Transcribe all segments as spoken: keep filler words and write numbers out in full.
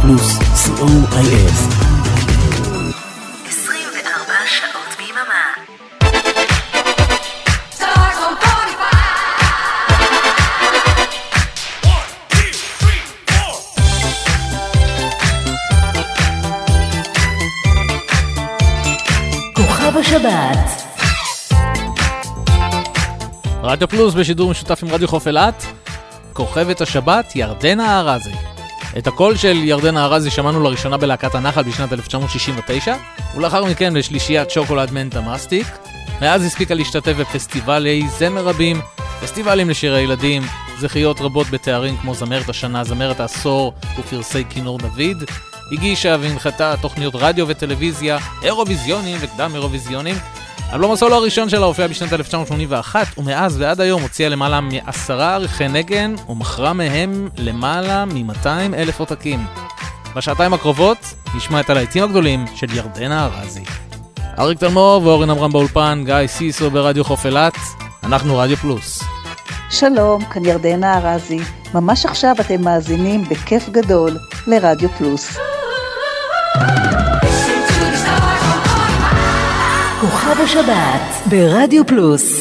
פלוס, סי או איי אס. עשרים וארבע שעות ביממה. כוכב השבת. רדיו פלוס בשידור משותף עם רדיו חוף אילת, כוכבת השבת ירדנה ארזי. את הקול של ירדנה ארזי שמענו לראשונה בלהקת הנחל בשנת אלף תשע מאות שישים ותשע, ולאחר מכן בשלישיית שוקולד מנטה מסטיק. מאז הספיקה להשתתף בפסטיבלי זמר רבים, פסטיבלים לשירי ילדים, זכיות רבות בתארים כמו זמרת השנה, זמרת העשור ופרסי כינור דוד. הגישה והנחתה תוכניות רדיו וטלוויזיה, אירוויזיונים וקדם אירוויזיונים. אלבום הסולו הראשון שלה הופיע בשנת אלף תשע מאות שמונים ואחת, ומאז ועד היום הוציאה למעלה מעשרה ערכי נגן, ומכרה מהם למעלה מ-מאתיים אלף עותקים. בשעתיים הקרובות נשמע את הלהיטים הגדולים של ירדנה ארזי. אריק תלמור ואורן אמרם באולפן, גיא סיסו ברדיו חוף אילת, אנחנו רדיו פלוס. שלום, כאן ירדנה ארזי. ממש עכשיו אתם מאזינים בכיף גדול לרדיו פלוס. כוכב השבת ברדיו פלוס.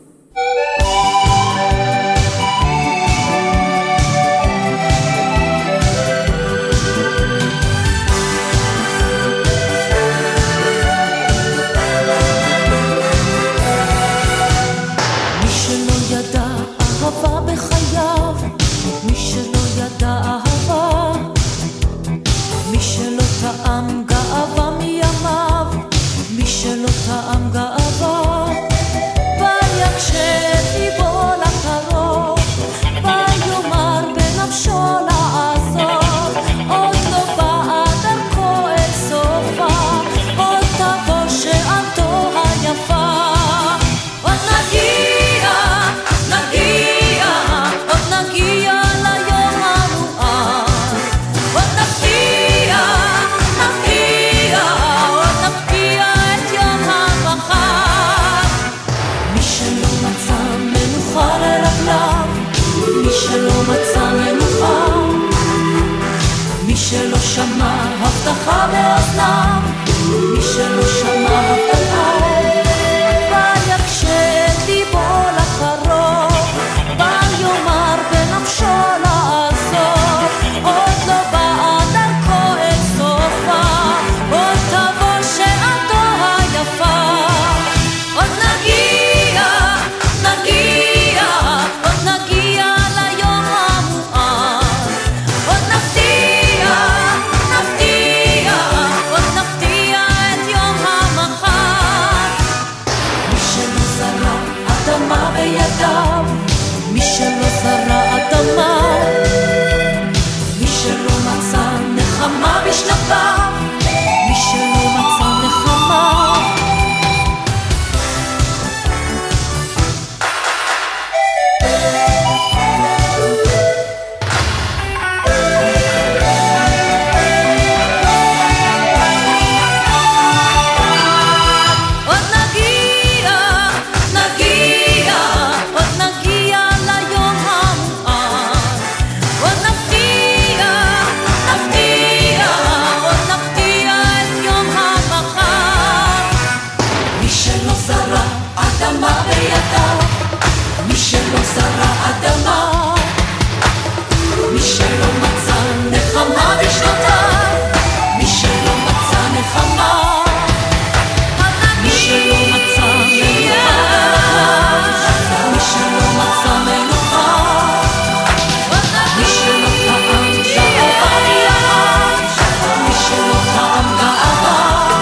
מי שלא ידע אהבה בחייו, מי שלא ידע אהבה, מי שלא טעם גאווה מימיו, מי שלא טעם גאווה, ויקשב ליבו לקרוב, ויאמר בנפשו לעזוב, עוד לא באה דרכו אל סופה, עוד תבוא שעתו היפה. עוד נגיע, נגיע, עוד נגיע ליום המואר, עוד נפתיע, נפתיע, עוד נפתיע את יום המחר. מי שלא מצא מנוחה לרגליו, מי שלא מצא מנוחה, מי שלא שמע הבטחה באוזניו, מי שלא שמע הבטחה, ויקשב ליבו לקרוב, ויאמר בנפשו לעזוב, עוד לא באה דרכו אל סופה, עוד תבוא שעתו היפה. עוד נגיע, נגיע, עוד נגיע ליום המואר, עוד נפתיע, נפתיע, עוד נפתיע את יום המחר. מי שלא זרע אדמה בידיו, מי שלא זרע אדמה, מי שלא מצא נחמה בשנותיו, מי שלא מצא נחמה. עוד נגיע, נגיע, עוד נגיע ליום המואר, עוד נפתיע, נפתיע, עוד נפתיע את יום המחר. מי שלא זרע אדמה בידיו, מי שלא זרע אדמה, מי שלא מצא נחמה בשנותיו, מי שלא מצא נחמה, מי שלא מצא מנוחה, מי שלא מצא מנוחה, מי שלא טעם גאווה, מי שלא טעם גאווה,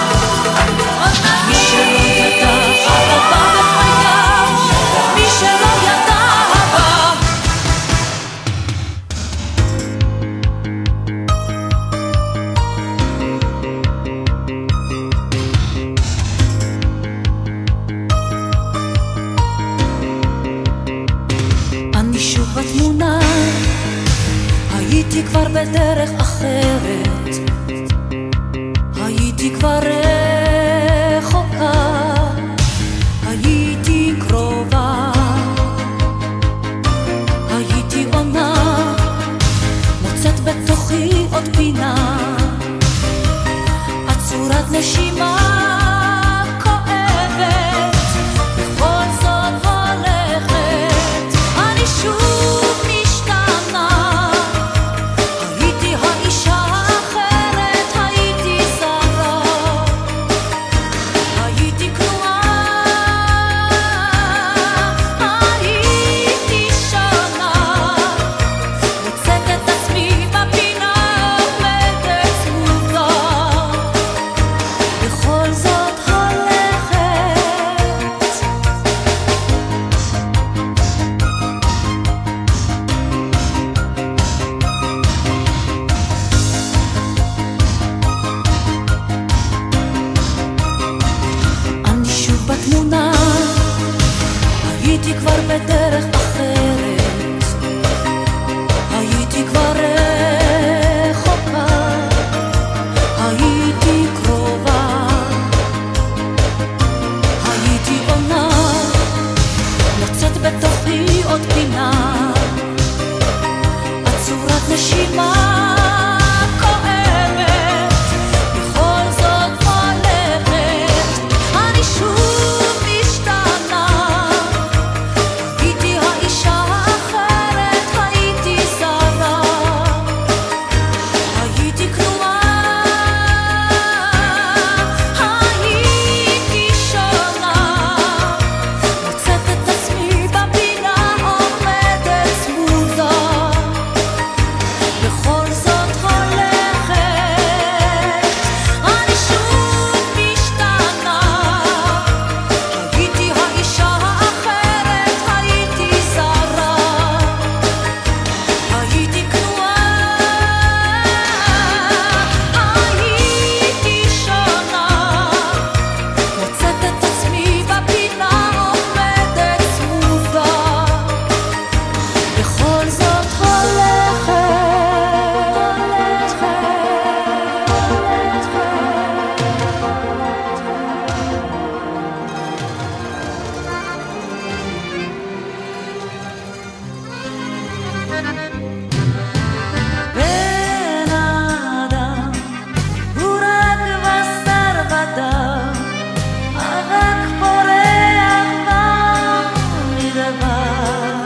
מי שלא ידע אהבה בחייו, מי שלא ידע אהבה. אני שוב בתמונה, הייתי כבר בדרך אחרת, הייתי כבר רחוקה, הייתי קרובה, הייתי עונה, מוצאת בתוכי עוד פינה, בדרך אחרת, הייתי כבר רחוקה, הייתי קרובה, הייתי עונה, מוצאת בתוכי עוד פינה, עצורת נשימה כואבת, בכל זאת הולכת, אני שוב משתנה, הייתי האישה האחרת, הייתי זרה, הייתי כנועה, הייתי שונה, מוצאת את עצמי בפינה עומדת צמודה, בכל זאת הולכת, אני שוב משתנה, הייתי האישה האחרת, הייתי זרה, הייתי כנועה, הייתי שונה, מוצאת את עצמי בפינה עומדת צמודה, בכל זאת בן האדם הוא רק בשר ודם, רק פורח במדבר.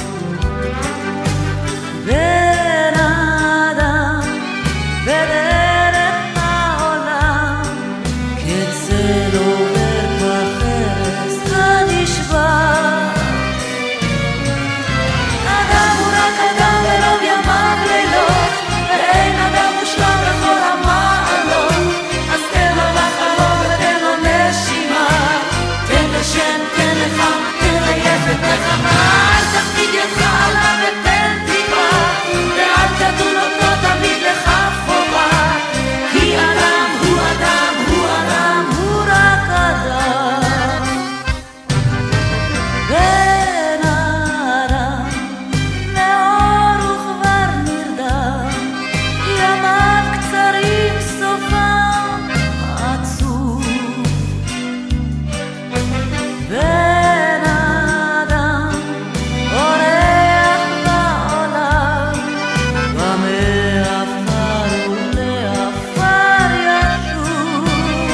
בן האדם בדרך העולם, כצל עובר בחרס הנשבר. אדם הוא רק אדם ורוב ימיו לילות, ואין אדם מושלם בכל המעלות, אז תן לו לחלום ותן לו נשימה, תן לשם, תן לך, תן ליפת נחמה, אל תכביד ידך עליו ותן טיפה, ואל תדון אותו תמיד לך חובה, כי אדם הוא אדם, הוא אדם, הוא רק אדם. בן האדם מאור וכבר נרדם, ימיו קצרים סופם עצוב. בן האדם אורח בעולם, ומעפר ולעפר ישוב.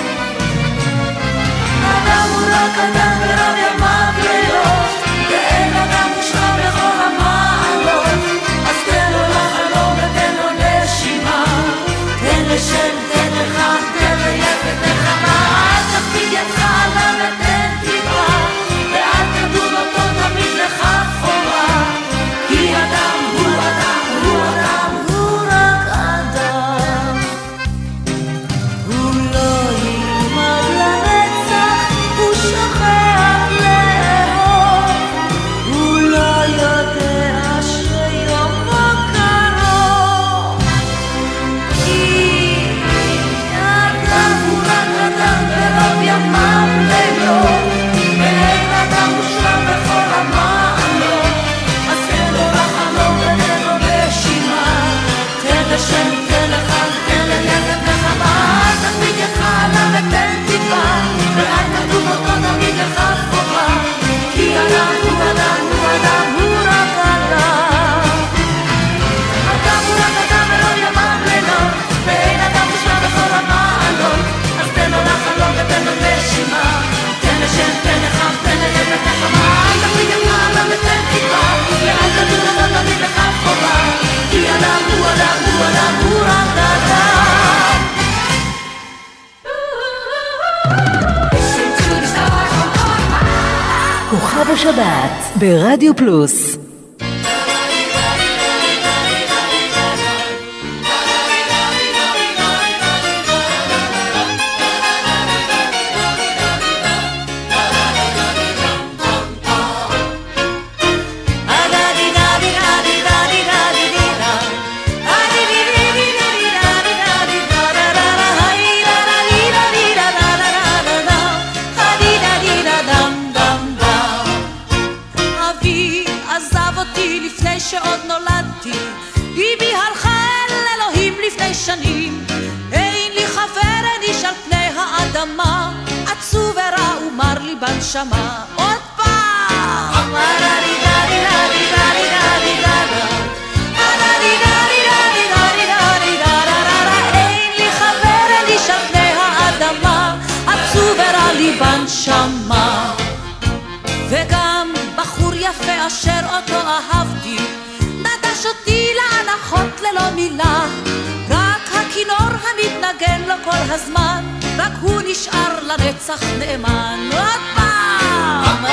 אדם הוא רק אדם ורוב ימיו לילות, ואין אדם מושלם בכל המעלות, אז תן לו לחלום ותן לו נשימה, תן לשם, תן לך, תן ליפת נחמה, אל תכביד ידך עליו ותן טיפה, ואל תדון אותו תמיד לך חובה, כי אדם הוא אדם, הוא אדם, הוא רק אדם. הוא לא ילמד לנצח, הוא שוכח לאהוב, הוא לא יודע שיומו קרוב, כי אדם הוא רק אדם ורוב ימיו לילות, ואין אדם מושלם בכל המעלות, אז תן לו לחלום ותן לו נשימה, תן לשם, תן לך, תן ליפת נחמה, אל תכביד ידך עליו ותן טיפה, ואל תדון אותו תמיד לך חובה, כי אדם הוא אדם, הוא אדם, הוא רק אדם. אדם הוא רק אדם ורוב ימיו לילות, ואין אדם מושלם בכל המעלות, אז תן לו לחלום ותן לו נשימה, תן לשם, תן לך, תן ליפת נחמה, אל תכביד ידך עליו ותן טיפה, ואל תדון אותו תמיד לך חובה, כי אדם הוא אדם, הוא אדם, הוא רק אדם. כוכב השבת ברדיו פלוס. אבי עזב אותי לפני שעוד נולדתי, אמי הלכה אל אלוהים לפני שנים, אין לי חבר איש על פני האדמה, עצוב ורע ומר לי בנשמה. עוד פעם אין לי חבר איש על פני האדמה, עצוב ורע לי בנשמה. וגם בחור יפה אשר אותו אהבתי נטש אותי להנחות ללא מילה, רק הכינור המתנגן לו כל הזמן, רק הוא נשאר לנצח נאמן. עוד פעם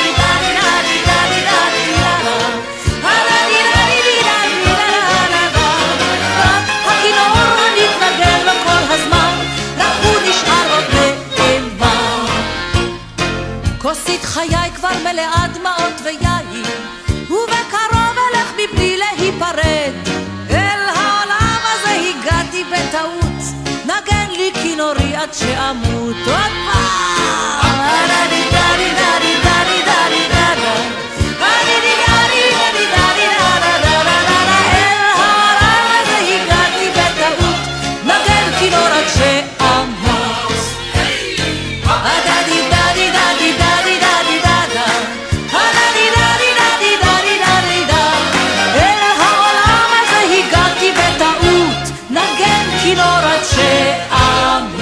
רק הכינור המתנגן לו כל הזמן, רק הוא נשאר עוד נאמן. כוסית חיי כבר מלאה דמעות ויין, ובקרוב אלך מבלי להיפרד, אל העולם הזה הגעתי בטעות, נגן לי כינורי עד שאמות. עוד פעם אל העולם הזה הגעתי בטעות, נגן כינור עד שאמות. דדי דדי דדי דדי דדי דדה, דדי דדי דדי דדי דדי דה, אל העולם הזה הגעתי בטעות, נגן כינור עד שאמות.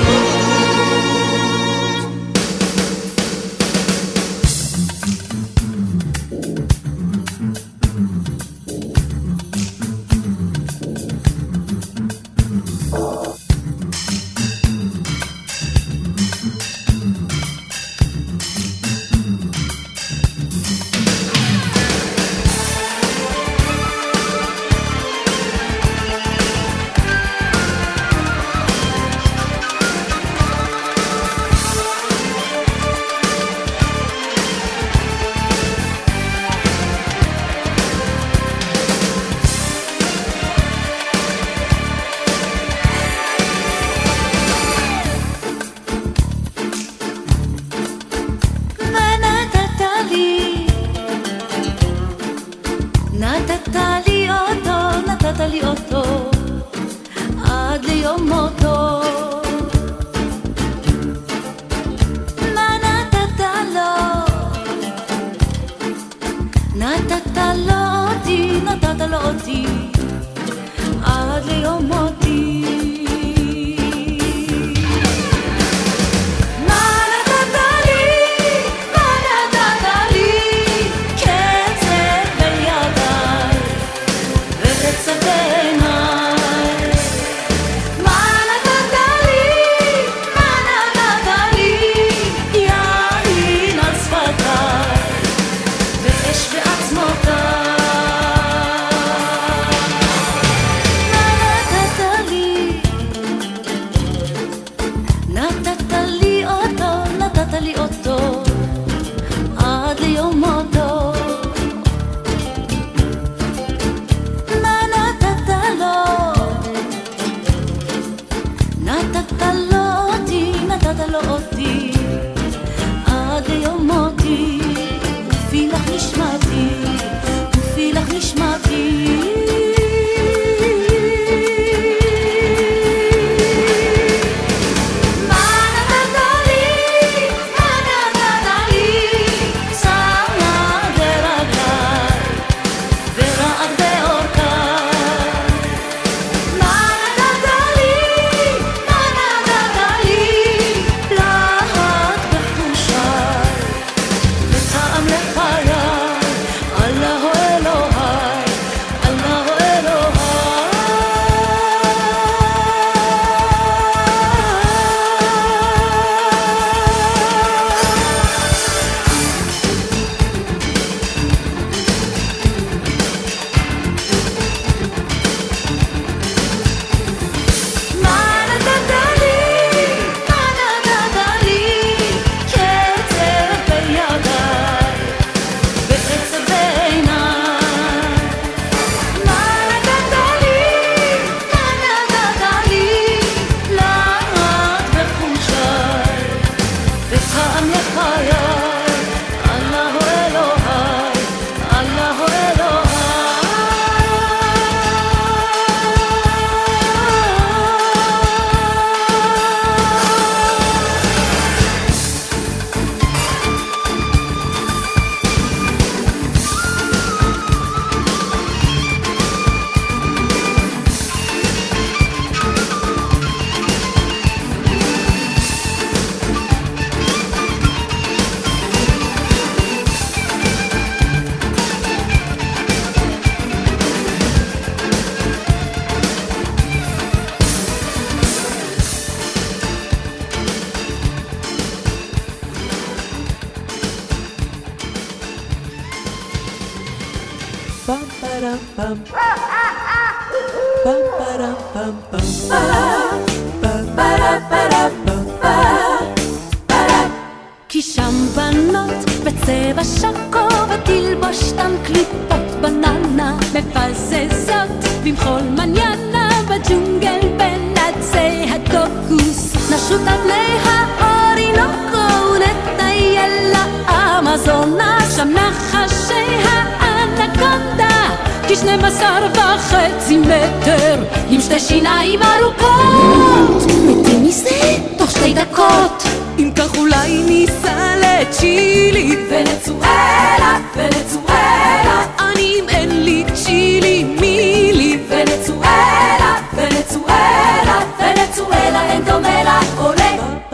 לי כי שם בנות בצבע שקו ותלבושתן קליפות בננה מפזזות במחול מניאנה בג'ונגל בין עצי הקוקוס נשות עד להאורינוקו ונטייל לאמזונה שם נחשי האנקונדה כשנים עשר וחצי מטר עם שתי שיניים ארוכות מתים מזה תוך שתי דקות אם כך אולי ניסע לצ'ילי ונצואלה, ונצואלה אני אם אין לי צ'ילי מילי ונצואלה, ונצואלה ונצואלה אין דומה לה עולה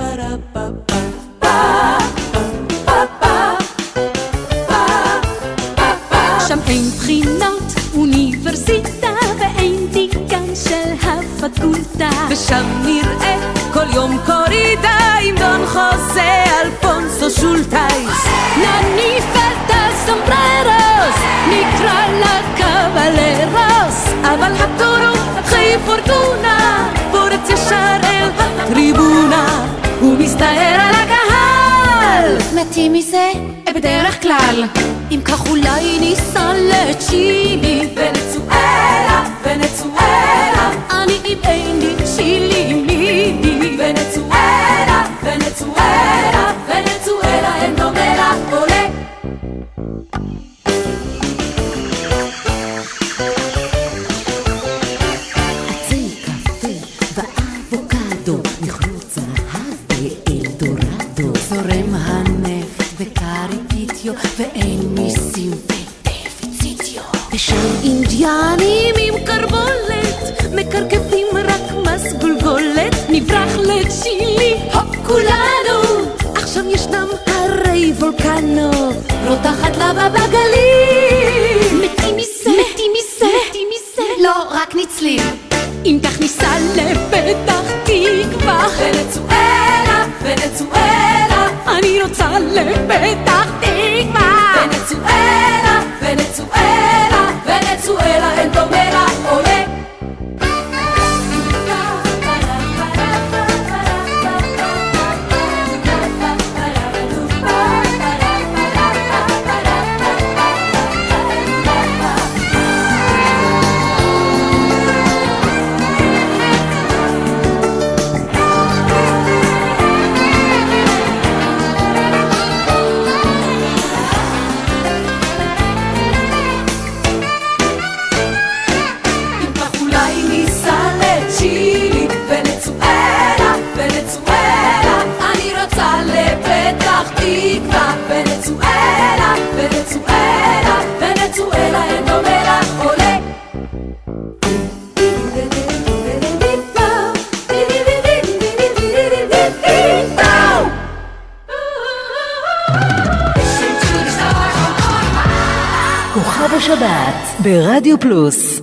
שם אין בחינות אוניברסיטה ואין דיקן של הפקולטה ושם נראה כל יום קורידה עם דון חוסה אלפונסו שולטייס נניף את הסומבררוס נקרא לה קבלרוס אבל הטורו חי פורטונה פורץ ישר אל הטריבונה הוא מסתער על הקהל מתים מזה בדרך כלל אם כך אולי ניסע לצ'ילי ונצואלה ונצואלה אני אם אין לי צ'ילי מילי ונצואלה ונצואלה ונצואלה אין דומה לה עולה עצי קפה ואבוקדו מכרות זהב באלדורדו זורם הנפט וקריפיטיו ואין מיסים ודפיציטיו ושם אינדיאנים עם קרבולת מקרקפים רק מס גולגולת נברח לצ'ילי הופ כולנו עכשיו ישנם הרי וולקנו רותחת לבה בגליל מתים מזה מתים מזה מתים מזה לא רק ניצלים אם כך ניסע לפתח תקווה ונצואלה ונצואלה אני רוצה לפתח תקווה ונצואלה ונצואלה ונצואלה אין דומה לה עולה תקווה ונצואלה ונצואלה ונצואלה אין דומה לה עולה כוכב השבת ברדיו פלוס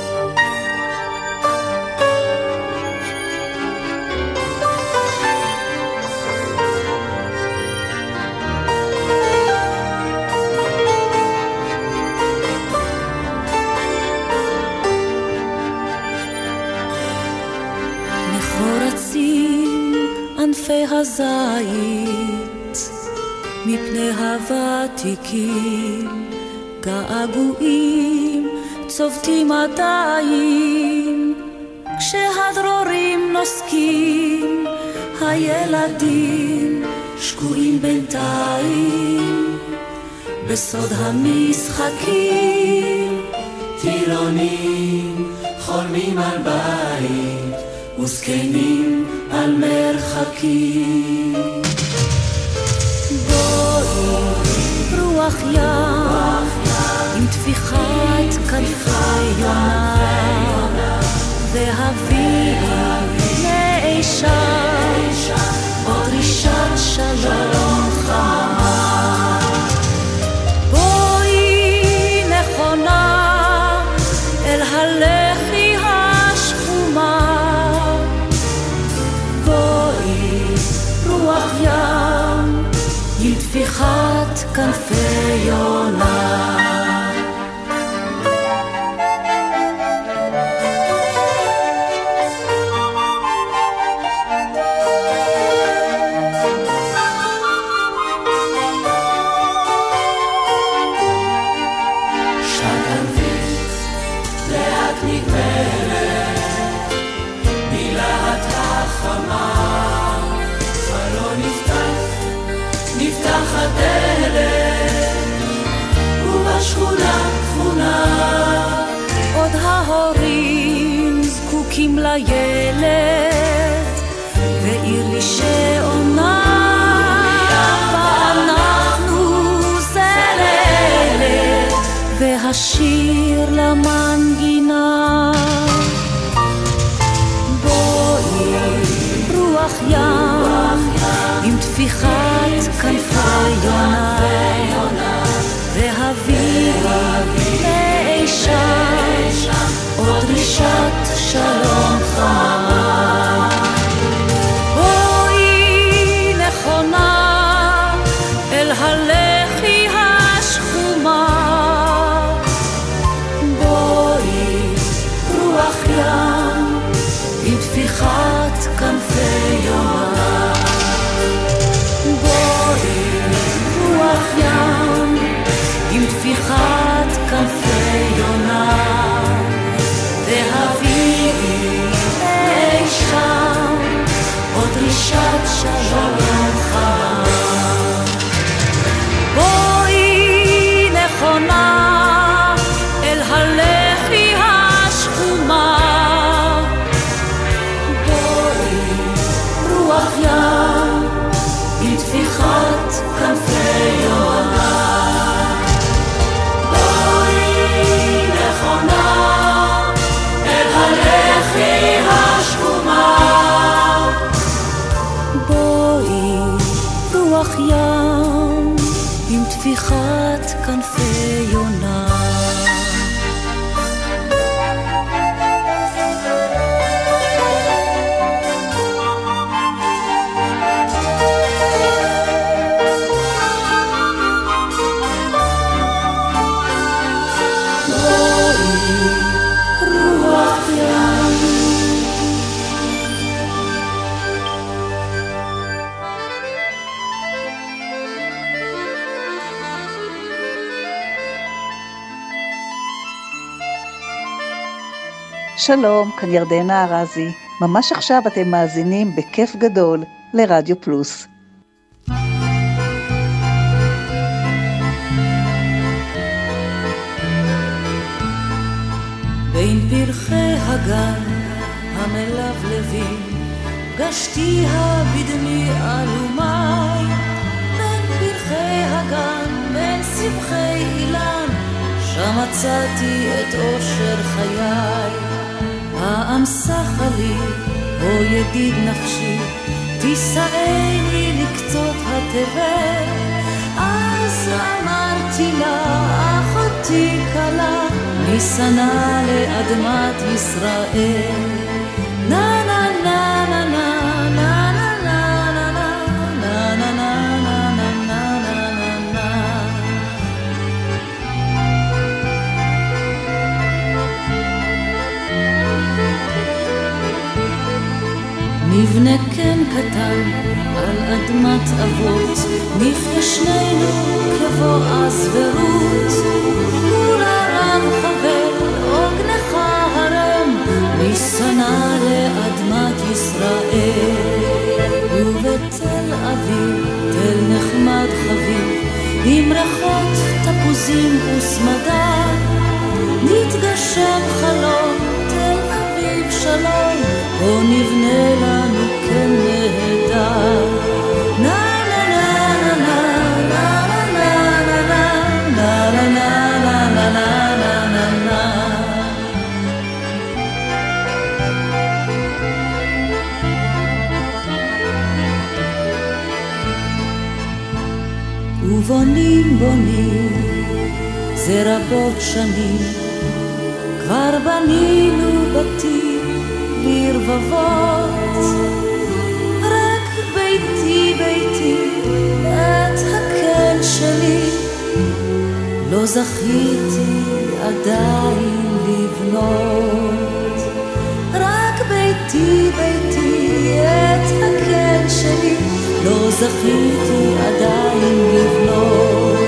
הזית מפני הוותיקים געגועים צובטים עדיין כשהדרורים נוסקים הילדים שקועים בינתיים בסוד המשחקים טירונים חולמים על בית וזקנים על מרחקים בואי רוח ים עם תפיחת כנפי יונה והביא לאישה עוד דרישת שלום חמה בואי נכונה אל הלחי השחומה רוח ים עם תפיחת כנפי יונה שכונה תכונה. עוד ההורים זקוקים לילד, ועיר לי שעונה, ואנחנו זה לאלה, והשיר למנגינה. בואי רוח ים עם תפיחת כנפי יונה, והביאי אי שם עוד דרישת שלום חמה. בואי נכונה אל הלחי השחומה, בואי רוח ים עם תפיחת כנפי יונה. בואי רוח ים עם תפיחת כנפי יונה, והביאי אי שם עוד דרישת שלום חמה. בואי נכונה אל הלחי השחומה, בואי רוח ים עם תפיחת כנפי יונה. בואי נכונה אל הלחי השחומה, בואי רוח ים עם תפיחת כנפי יונה. שלום, כאן ירדנה ארזי. ממש עכשיו אתם מאזינים בכיף גדול לרדיו פלוס. בין פרחי הגן המלבלבים גשתיה בדמי אלומי, בין פרחי הגן בין סבכי אילן, שם מצאתי את אושר חיי. פעם שחה לי, או ידיד נפשי, תישאני לקצות התבל. אז אמרתי לה, אחותי קלה, ניסנה לאדמת ישראל. נה נה נה נה נה נה נה נה נה נה נה נה נה נה. נבנה כן קטן על אדמת אבות, נחיה שנינו כבועז ורות. מול הרב חבר עוגנך הרם, ניסנה לאדמת ישראל. ובתל אביב תל נחמד חביב, עם ריחות תפוזים וסמדה, נתגשם חלום תל אביב שלום, או נבנה לנו כן נהדר. נה נה נה נה נה נה נה נה נה נה נה נה נה נה. ובונים בונים זה רבות שנים, כבר בנינו בתים לרבבות, רק ביתי ביתי את הקן שלי, לא זכיתי עדיין לבנות. רק ביתי ביתי את הקן שלי, לא זכיתי עדיין לבנות.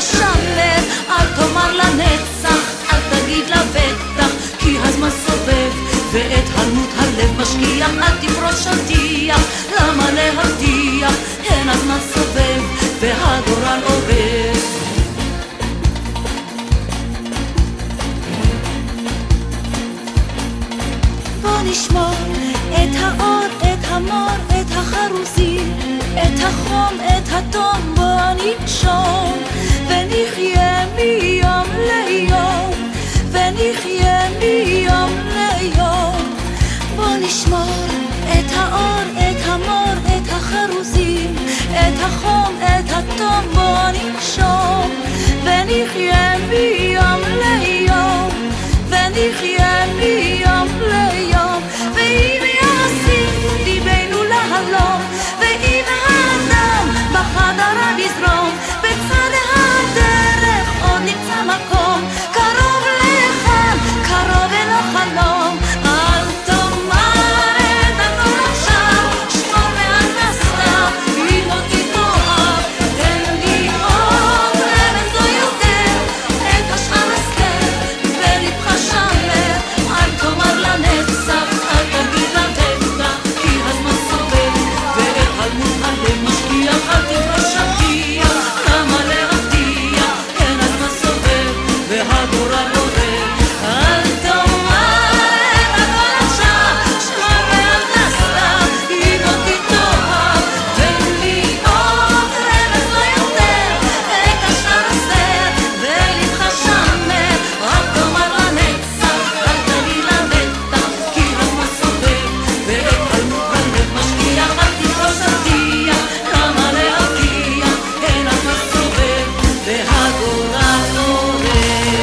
שמר, אל תאמר לנצח, אל תגיד לבטח, כי הזמן סובב ואת הלמות הלב משגיח, אל תפרוש שטיח, למה להבטיח, אין הזמן סובב והגורל עובר. בוא נשמור את האור, את המור, את החרוזים, את החום, את התום, בוא ננשום ונחיה מיום ליום, ונחיה מיום ליום. בוא נשמור את האור, את המור, את החרוזים, את החום, את התום, בוא ננשום ונחיה מיום ליום, ונחיה מיום ליום. ואם יעשים ליבנו להלום, ואם האדם בחדריו יזרום, בצד הדרך עוד נמצא מקום, קרוב לכאן, קרוב אל החלום. אל תאמר את הכל עכשיו, שמור מעט נסתר, אם לא תתאהב, תן לי עוד רמז לא יותר, את השאר הסתר ולבך שמר, אל תאמר לנצח, אל תגיד לבטח, כי הזמן סובב ואת הלמות הלב משגיח, אל תפרוש שטיח, למה להבטיח, אין הזמן סובב והגורל עובר. אל תאמר את הכל עכשיו, שמור מעט נסתר, אם לא תתאהב, תן לי עוד רמז לא יותר, את השאר הסתר ולבך שמר, אל תאמר לנצח, אל תגיד לבטח, כי הזמן סובב ואת הלמות הלב משגיח, אל תפרוש שטיח, למה להבטיח, אין הזמן סובב והגורל עובר.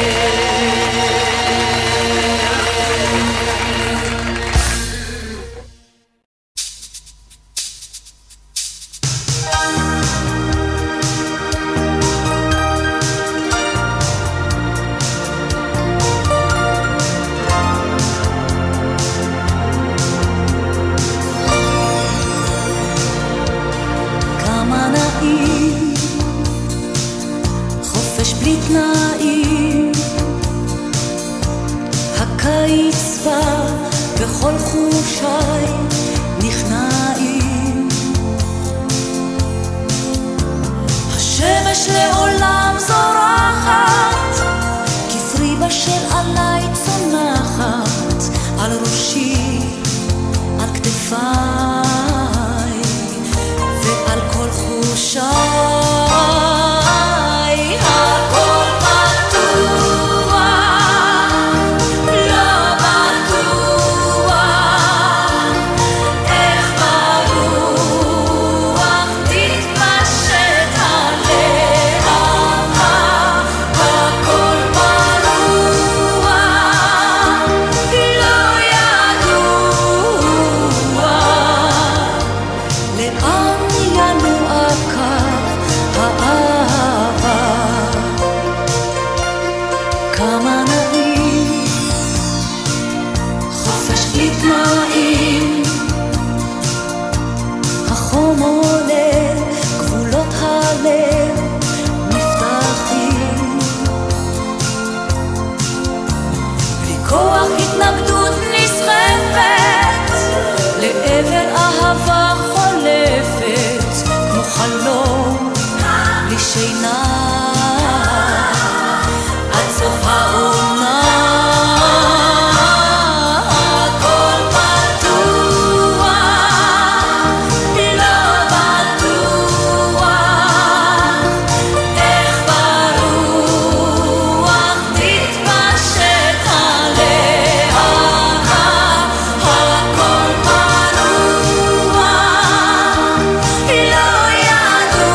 כמה נעים, חופש בלי תנאים, הקיץ בא וכל חושיי נכנעים, השמש לעולם זורחת, כפרי בשל עליי צונחת, על ראשי, על כתפיי ועל כל חושיי, הכל פתוח, לא בטוח, איך ברוח תתפשט הלהבה, הכל ברוח, לא ידוע, לאן ינוע קו האהבה. כמה נעים, חופש בלי תנאים, החום עולה, גבולות הלב נפתחים, בלי כוח התנגדות נסחפת לעבר אהבה חולפת, כמו חלום בלי שינה, עד סוף העונה, הכל פתוח, לא בטוח, איך ברוח תתפשט הלהבה, הכל פתוח, לא ידוע,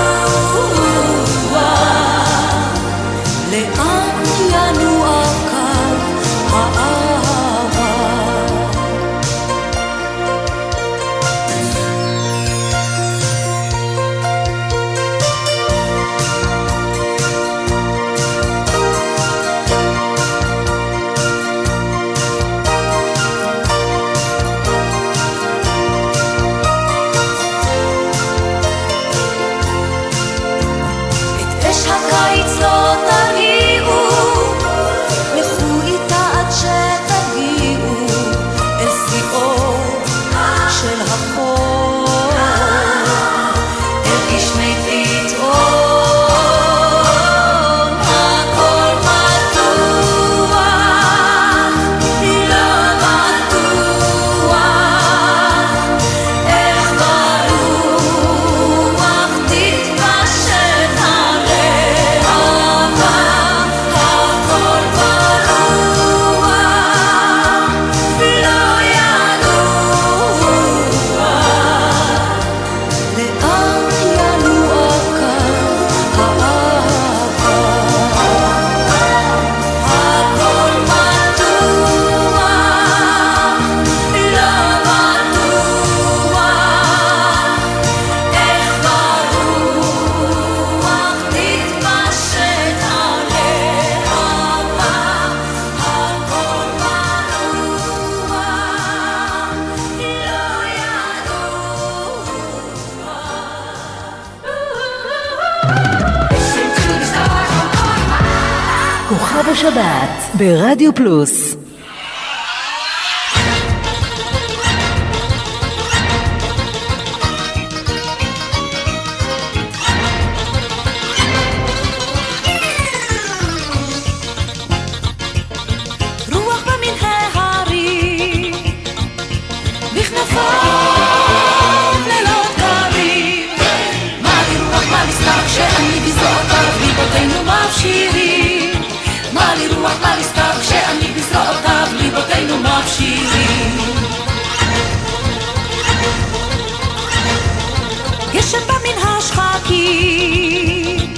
כוכב השבת ברדיו פלוס. מה לי רוח, מה לי סתיו, כשאני בזרועותיו ליבותינו מבשירים. גשם בא מן השחקים,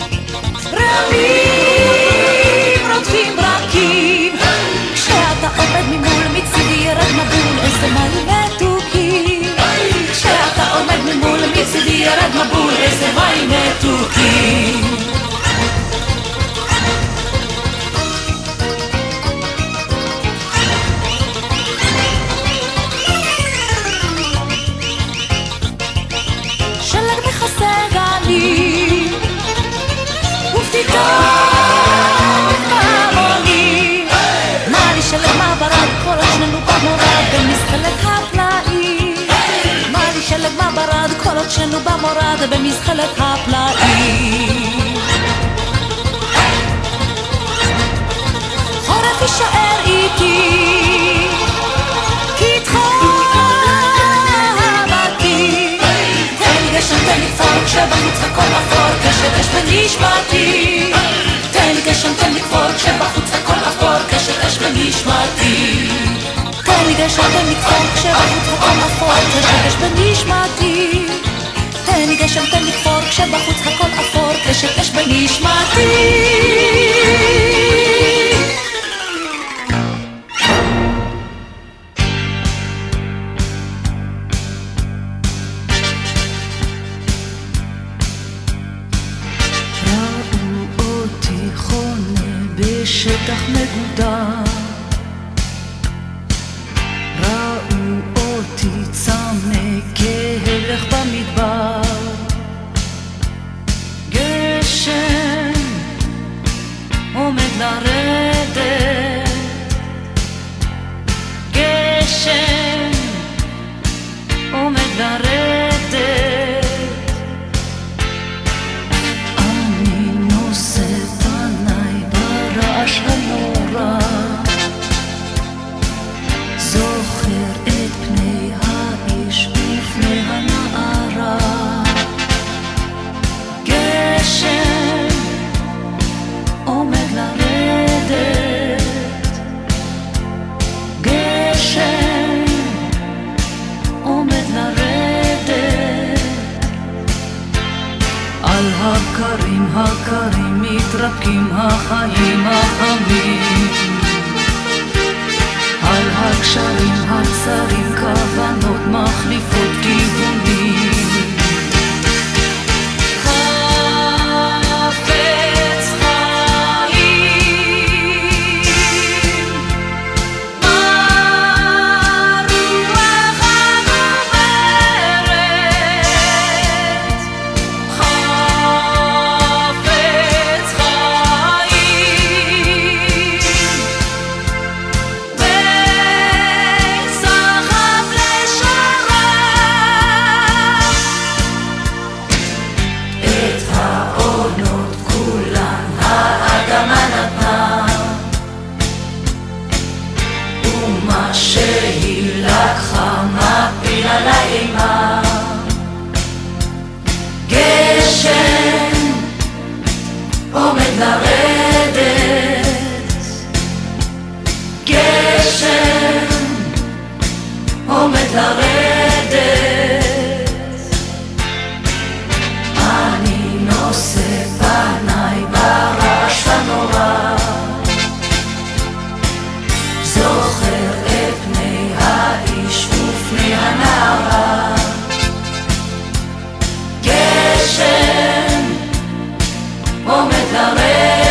רעמים רודפים ברקים, כשאתה עומד ממול מצידי ירד מבול איזה מים מתוקים, כשאתה עומד ממול מצידי ירד מבול איזה מים מתוקים. כל עוד שנו במורד במזחלת הפלאים. חורף יישאר איתי כי איתך באתי. תן לי גשם, תן לי כפור כשבחוץ הכל אפור קשת אש בנשמתי. תן לי גשם, תן לי כפור כשבחוץ הכל אפור קשת אש בנשמתי. תן לי גשם, תן לי כפור כשבחוץ הכל אפור קשת אש בנשמתי. תן לי גשם, תן לי כפור כשבחוץ הכל אפור קשת אש בנשמתי. שטח מגודר, ראו אותי צמא כהלך במדבר, גשם עומד לרדת, גשם עומד לרדת, אני נושא פניי ברעש הנורא, זוכר את פני האיש ופני הנערה, גשם עומד לרדת, גשם עומד לרדת, על הקרים הקרים מתרפקים החיים החמים, על הקשרים הצרים כוונות מחליפות כיוונים, חפץ חיים הרוח הגוברת, חפץ חיים וסחף לשרת, את העונות כולן האדמה נתנה, ומה שהיא לקחה מפיל עלי אימה, גשם עומד לרדת, גשם עומד לרדת, אני נושא פניי ברעש הנורא, זוכר את פני האיש ופני הנערה, גשם עומד לרדת,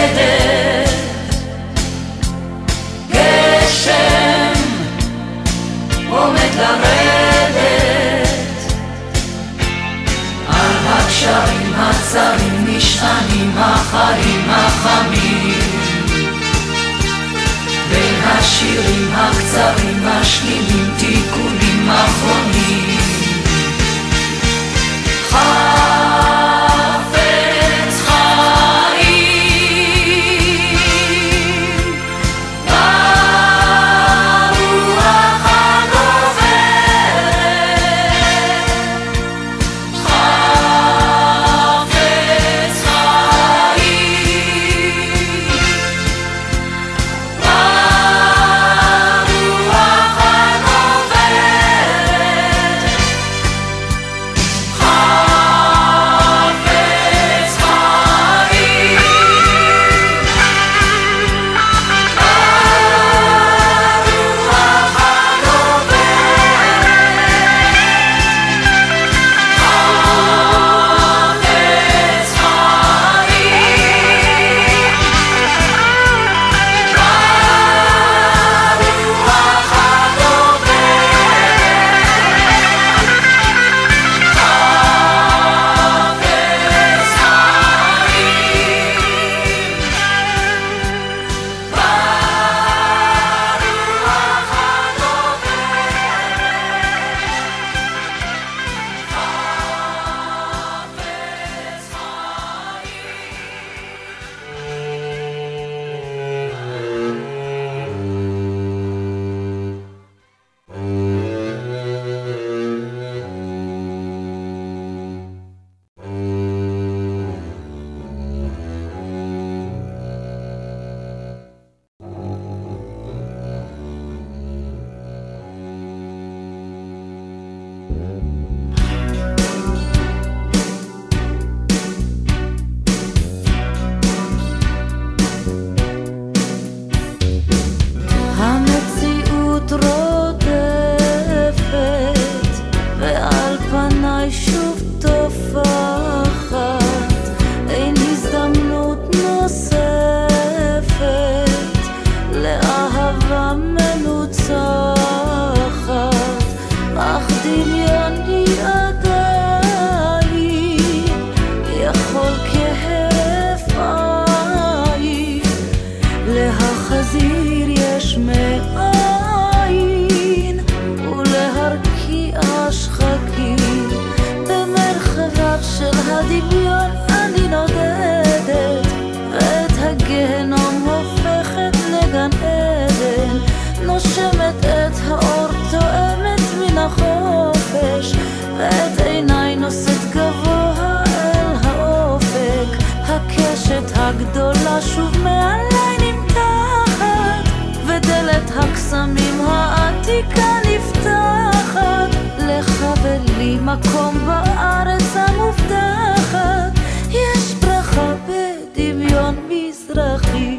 הגדולה שוב מעלי נמתחת, ודלת הקסמים העתיקה נפתחת, לך ולי מקום בארץ המובטחת, יש ברכה בדמיון מזרחי.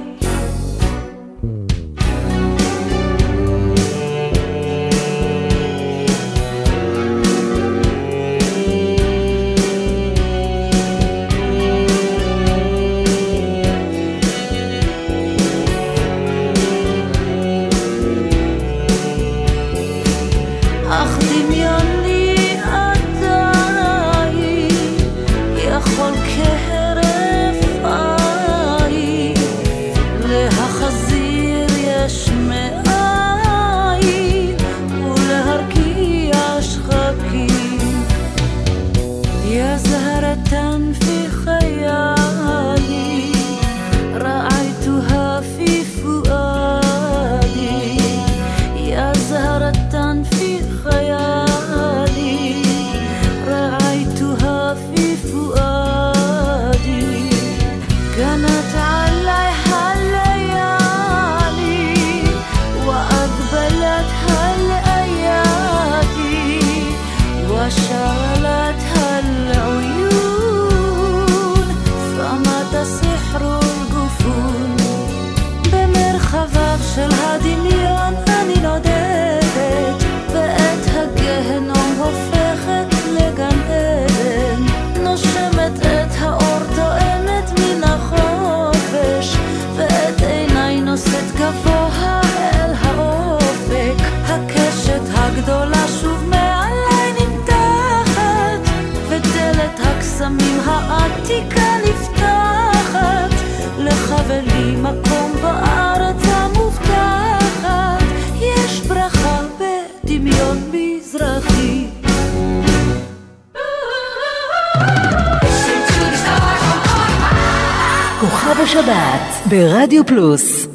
של הדמיון אני נודדת, ואת הגהנום הופכת לגן עדן, נושמת את האור טועמת מן החופש, ואת עיניי נושאת גבוה אל האופק, הקשת הגדולה שוב מעלי נמתחת, ודלת הקסמים העתיקה נפתחת, לך ולי מקום בארץ המובטחת, יש ברכה בדמיון מזרחי. כוכב השבת ברדיו פלוס.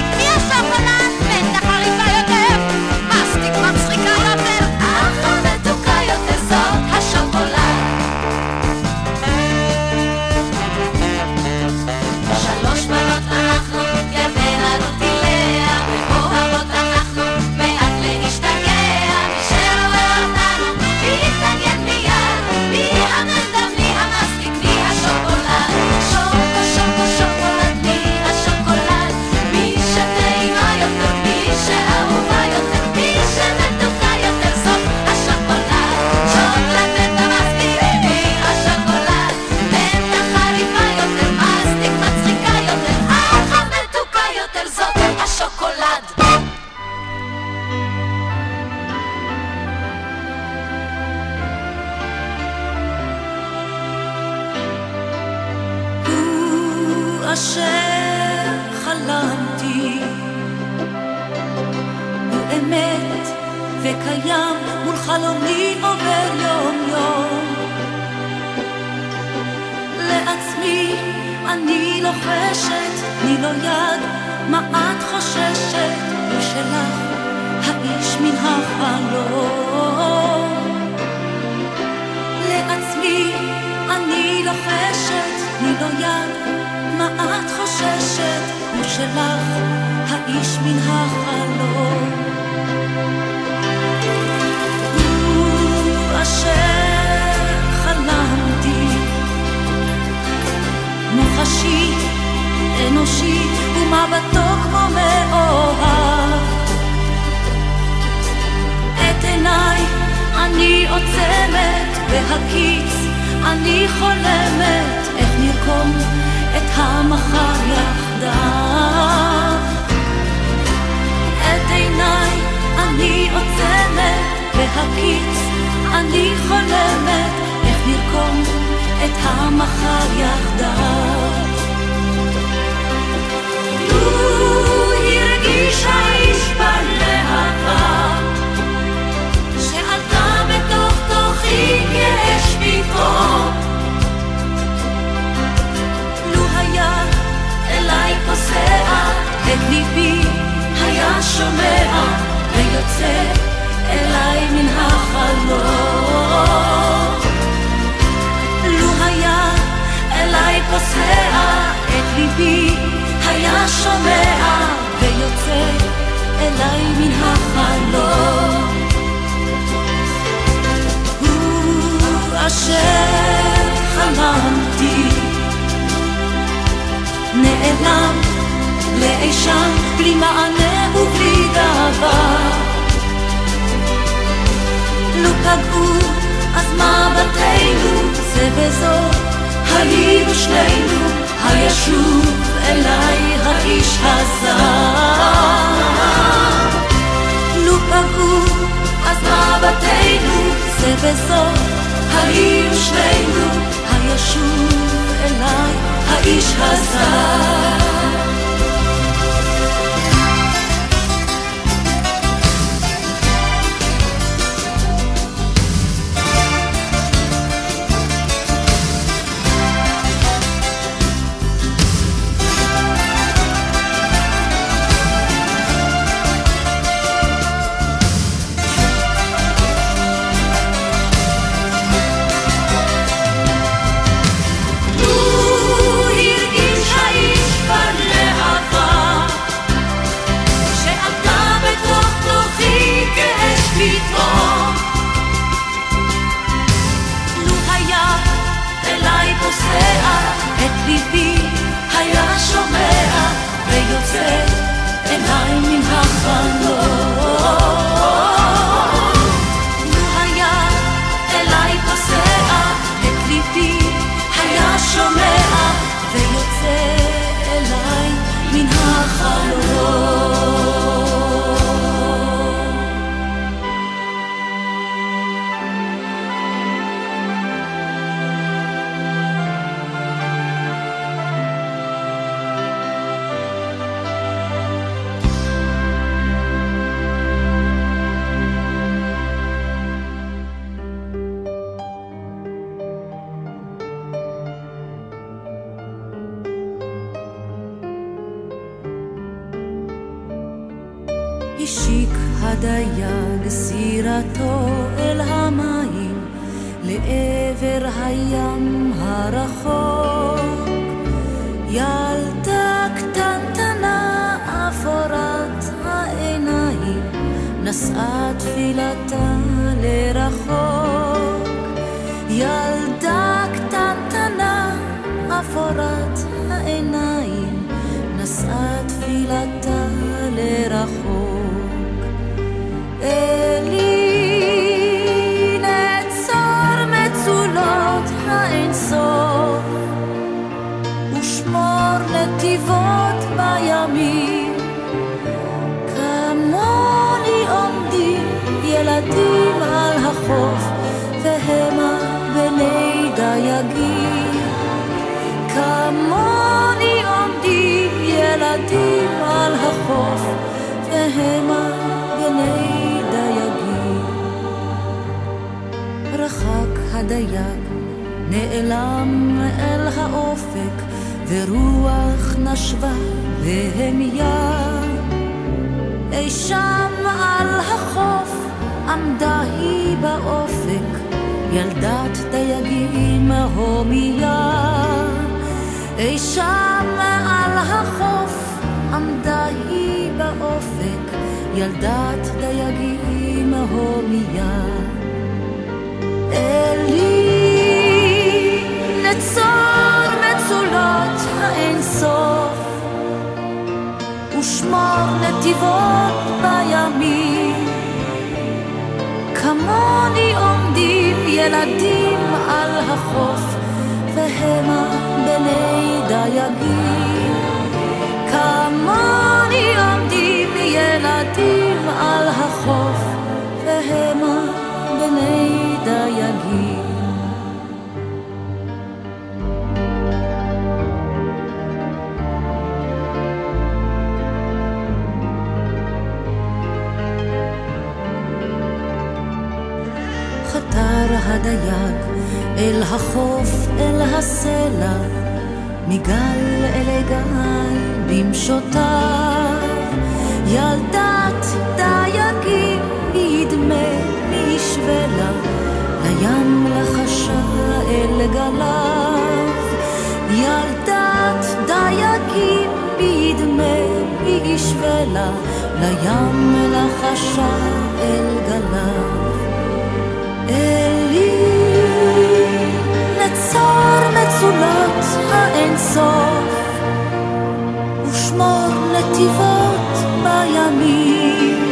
השוקולד אשר חלמתי הוא אמת וקיים מול חלומי עובר יום יום לעצמי אני לוחשת תני לו יד מה את חוששת הוא שלך האיש מן החלום לעצמי אני לוחשת תני לו יד מה את חוששת הוא שלך האיש מן החלום הוא אשר חלמתי מוחשי אנושי ומבטו כמו מאוהב את עיניי אני עוצמת בהקיץ אני חולמת איך נרקום את המחר יחדיו את עיניי אני עוצמת בהקיץ אני חולמת איך נרקום את המחר יחדיו הוא הרגיש האיש בלהבה שעלתה בתוך תוכי כאש פתאום לו היה אליי פוסע את ליבי היה שומע ויוצא אליי מן החלום לו היה אליי פוסע את ליבי היה שומע ויוצא אליי מן החלום הוא אשר חלמתי נעלם לאישן בלי מענה ובלי דבר לו פגעו אז מבטנו זה בזו היינו שנינו הישוב אליי האיש הזר לו פגעו אז מבטנו זה בזו היינו שנינו הישוב אליי האיש הזר את ליבי היה שומע ויוצא אליי מן החלום לו היה אליי פוסע את ליבי היה שומע ויוצא אליי מן החלום השיק הדייג סירתו אל המים לעבר הים הרחוק ילדה קטנטנה אפורת העיניים נשאה תפילתה לרחוק ילדה קטנטנה אפורת העיניים נשאה תפילתה לרחוק אלי נצור מצולות האינסוף ושמור נתיבות בימים כמוני עומדים ילדים על החוף והמה בני דייגים כמוני עומדים ילדים על החוף והמה גני דייגים. רחק הדייג נעלם אל האופק ורוח נשבה והמיה. אי שם על החוף עמדה היא באופק ילדת דייגים הומיה. אי שם על החוף עמדה היא באופק ילדת דייגים הומיה. אלי נצור מצולות האין סוף ושמור נתיבות בימים. כמוני עומדים ילדים על החוף והמה בני דייגים. כמוני עומדים ילדים על החוף והמה בני דייגים. חתר הדייג אל החוף אל הסלע מגל אל גל במשותיו. ילדת דייגים ידמה משווה לה לים לחשה אל גליו. ילדת דייגים ידמה משווה לה לים לחשה אל גליו. אלי נצור מצולות האין סוף ושמור נתיבות בימים.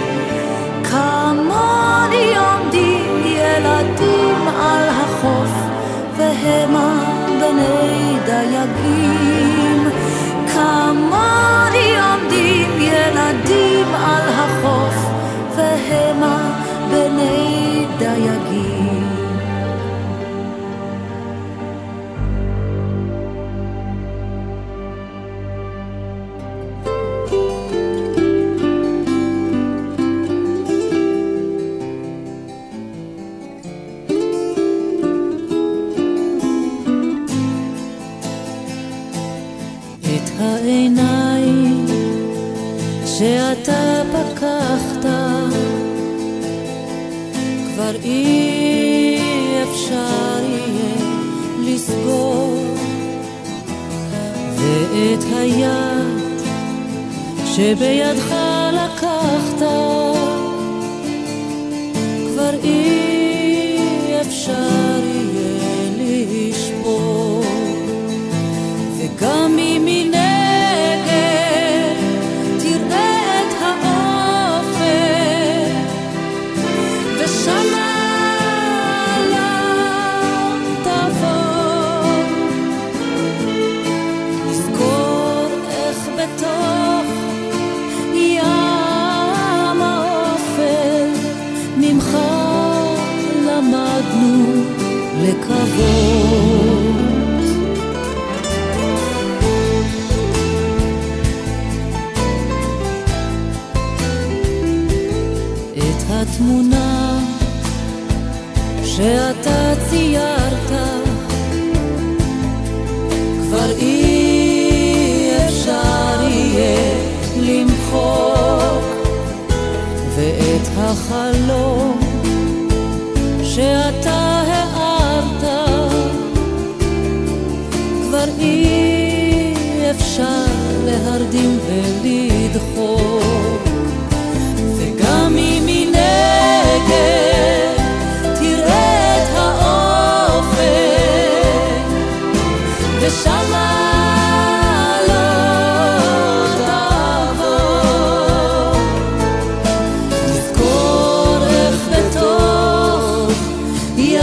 כמוני עומדים ילדים על החוף והמה בני דייגים. כמוני עומדים ילדים על החוף והמה בני דייגים. את העיניים שאתה פקחת כבר אי אפשר יהיה לסגור, ואת היד שבידך לקחת כבר אי אפשר יהיה לשבור. וגם אם מנגד תראה את האופק ושמה עליו תבוא, נזכור איך בתוך ים האופק ממך למדנו לקוות. התמונה שאתה ציירת כבר אי אפשר יהיה למחוק, ואת החלום שאתה הארת כבר אי אפשר להרדים ולדחוק. וגם אם מנגד תראה את האופק ושמה לא תבוא, נזכור איך בתוך ים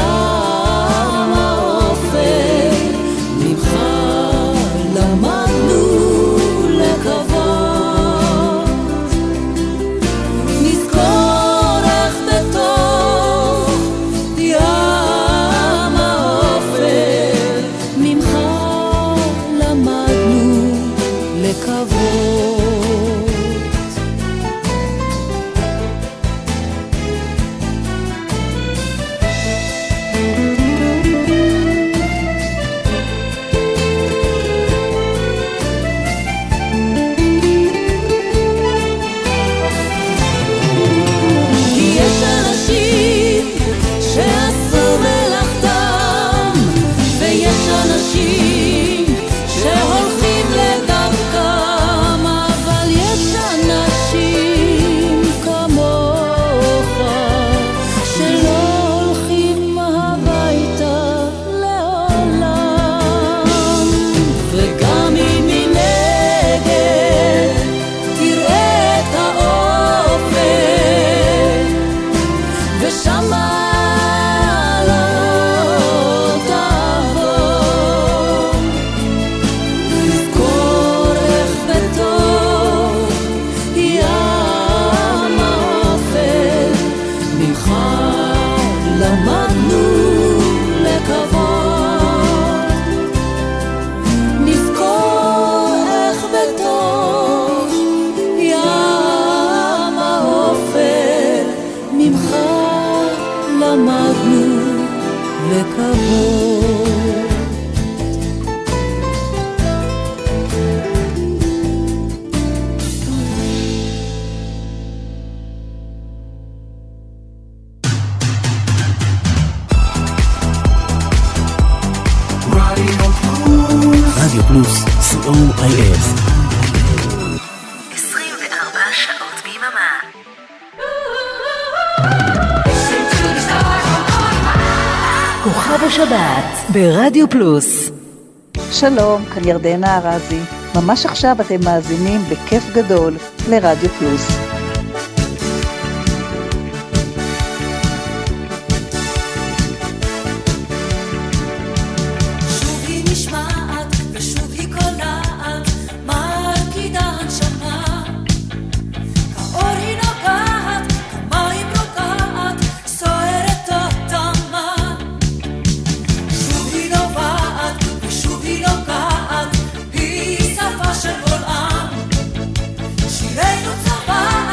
רדיו פלוס, סי או איי אס. עשרים וארבע שעות ביממה. כוכב השבת ברדיו פלוס. שלום, כאן ירדנה ארזי. ממש עכשיו אתם מאזינים בכיף גדול לרדיו פלוס. שירנו צבא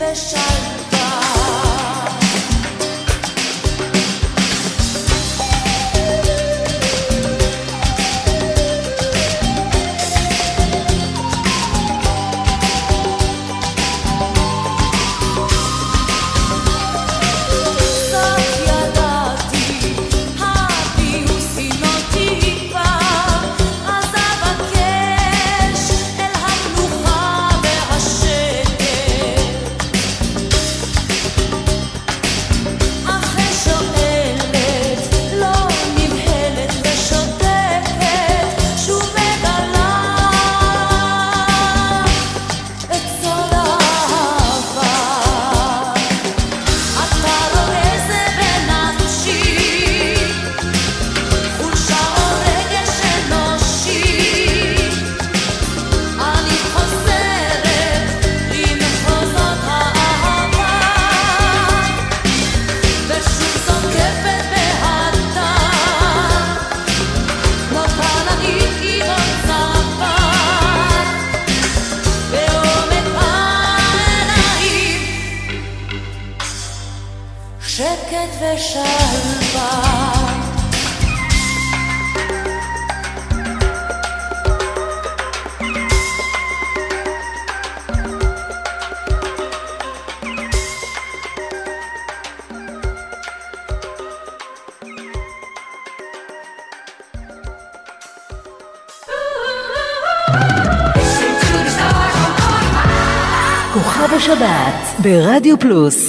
ושלווה. כוכב השבת ברדיו פלוס.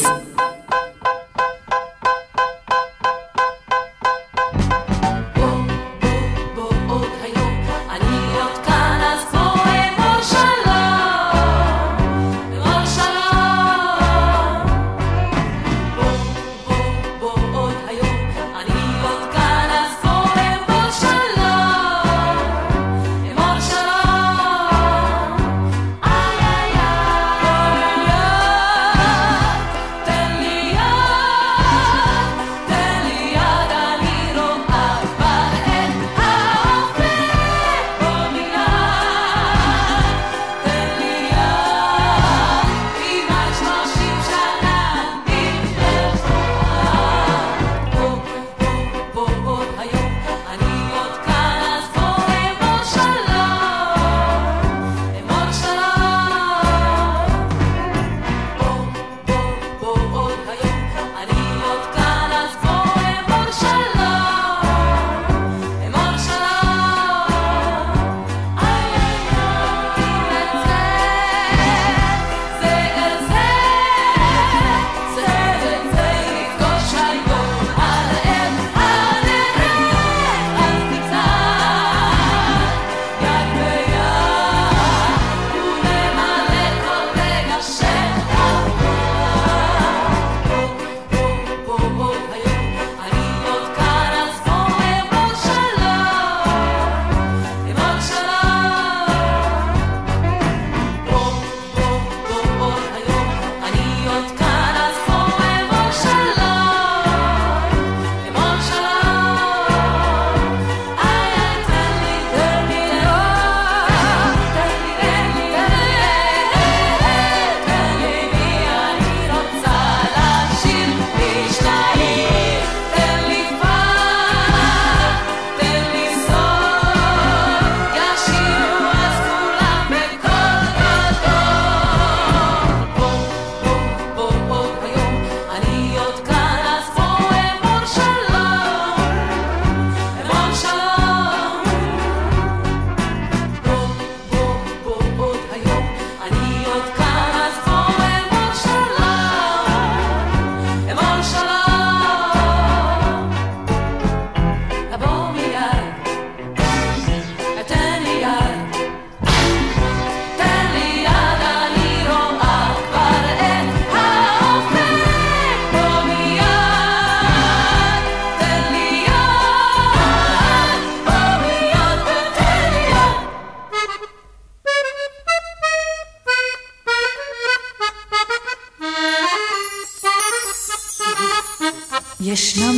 ישנם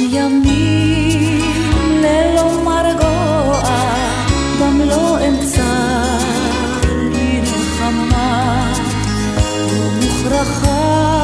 ימים ללא מרגוע, גם לא אמצע מלחמה, ומוכרחה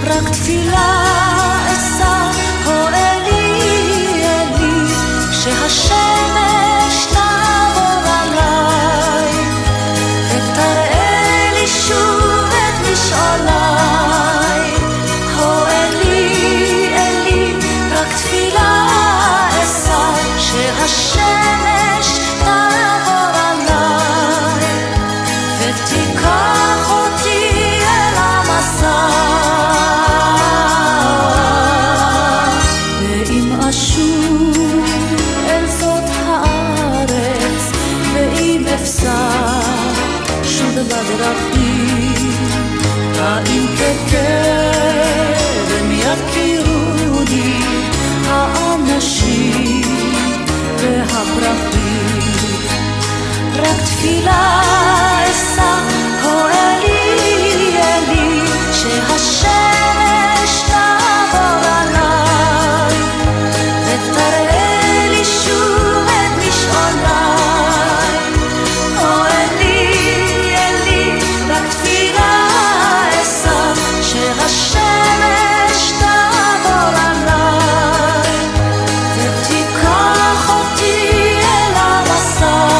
רק תפילה אשא, הו אלי אלי, שהשמש תעבור עליי, ותראה לי שוב את משעוליי, הו אלי אלי, רק תפילה אשא, שהשמש תעבור עליי, ותיקח אותי אל המסע, ואם אשוב אל זאת הארץ, ואם אפסע שוב בדרכים, האם כקדם יכירוני האנשים והפרחים, רק תפילה אשא, הו אלי אלי, שהשמש תעבור עליי, ותראה לי שוב את משעוליי, הו אלי אלי, רק תפילה אשא, שהשמש תעבור עליי, ותיקח אותי אל המסע.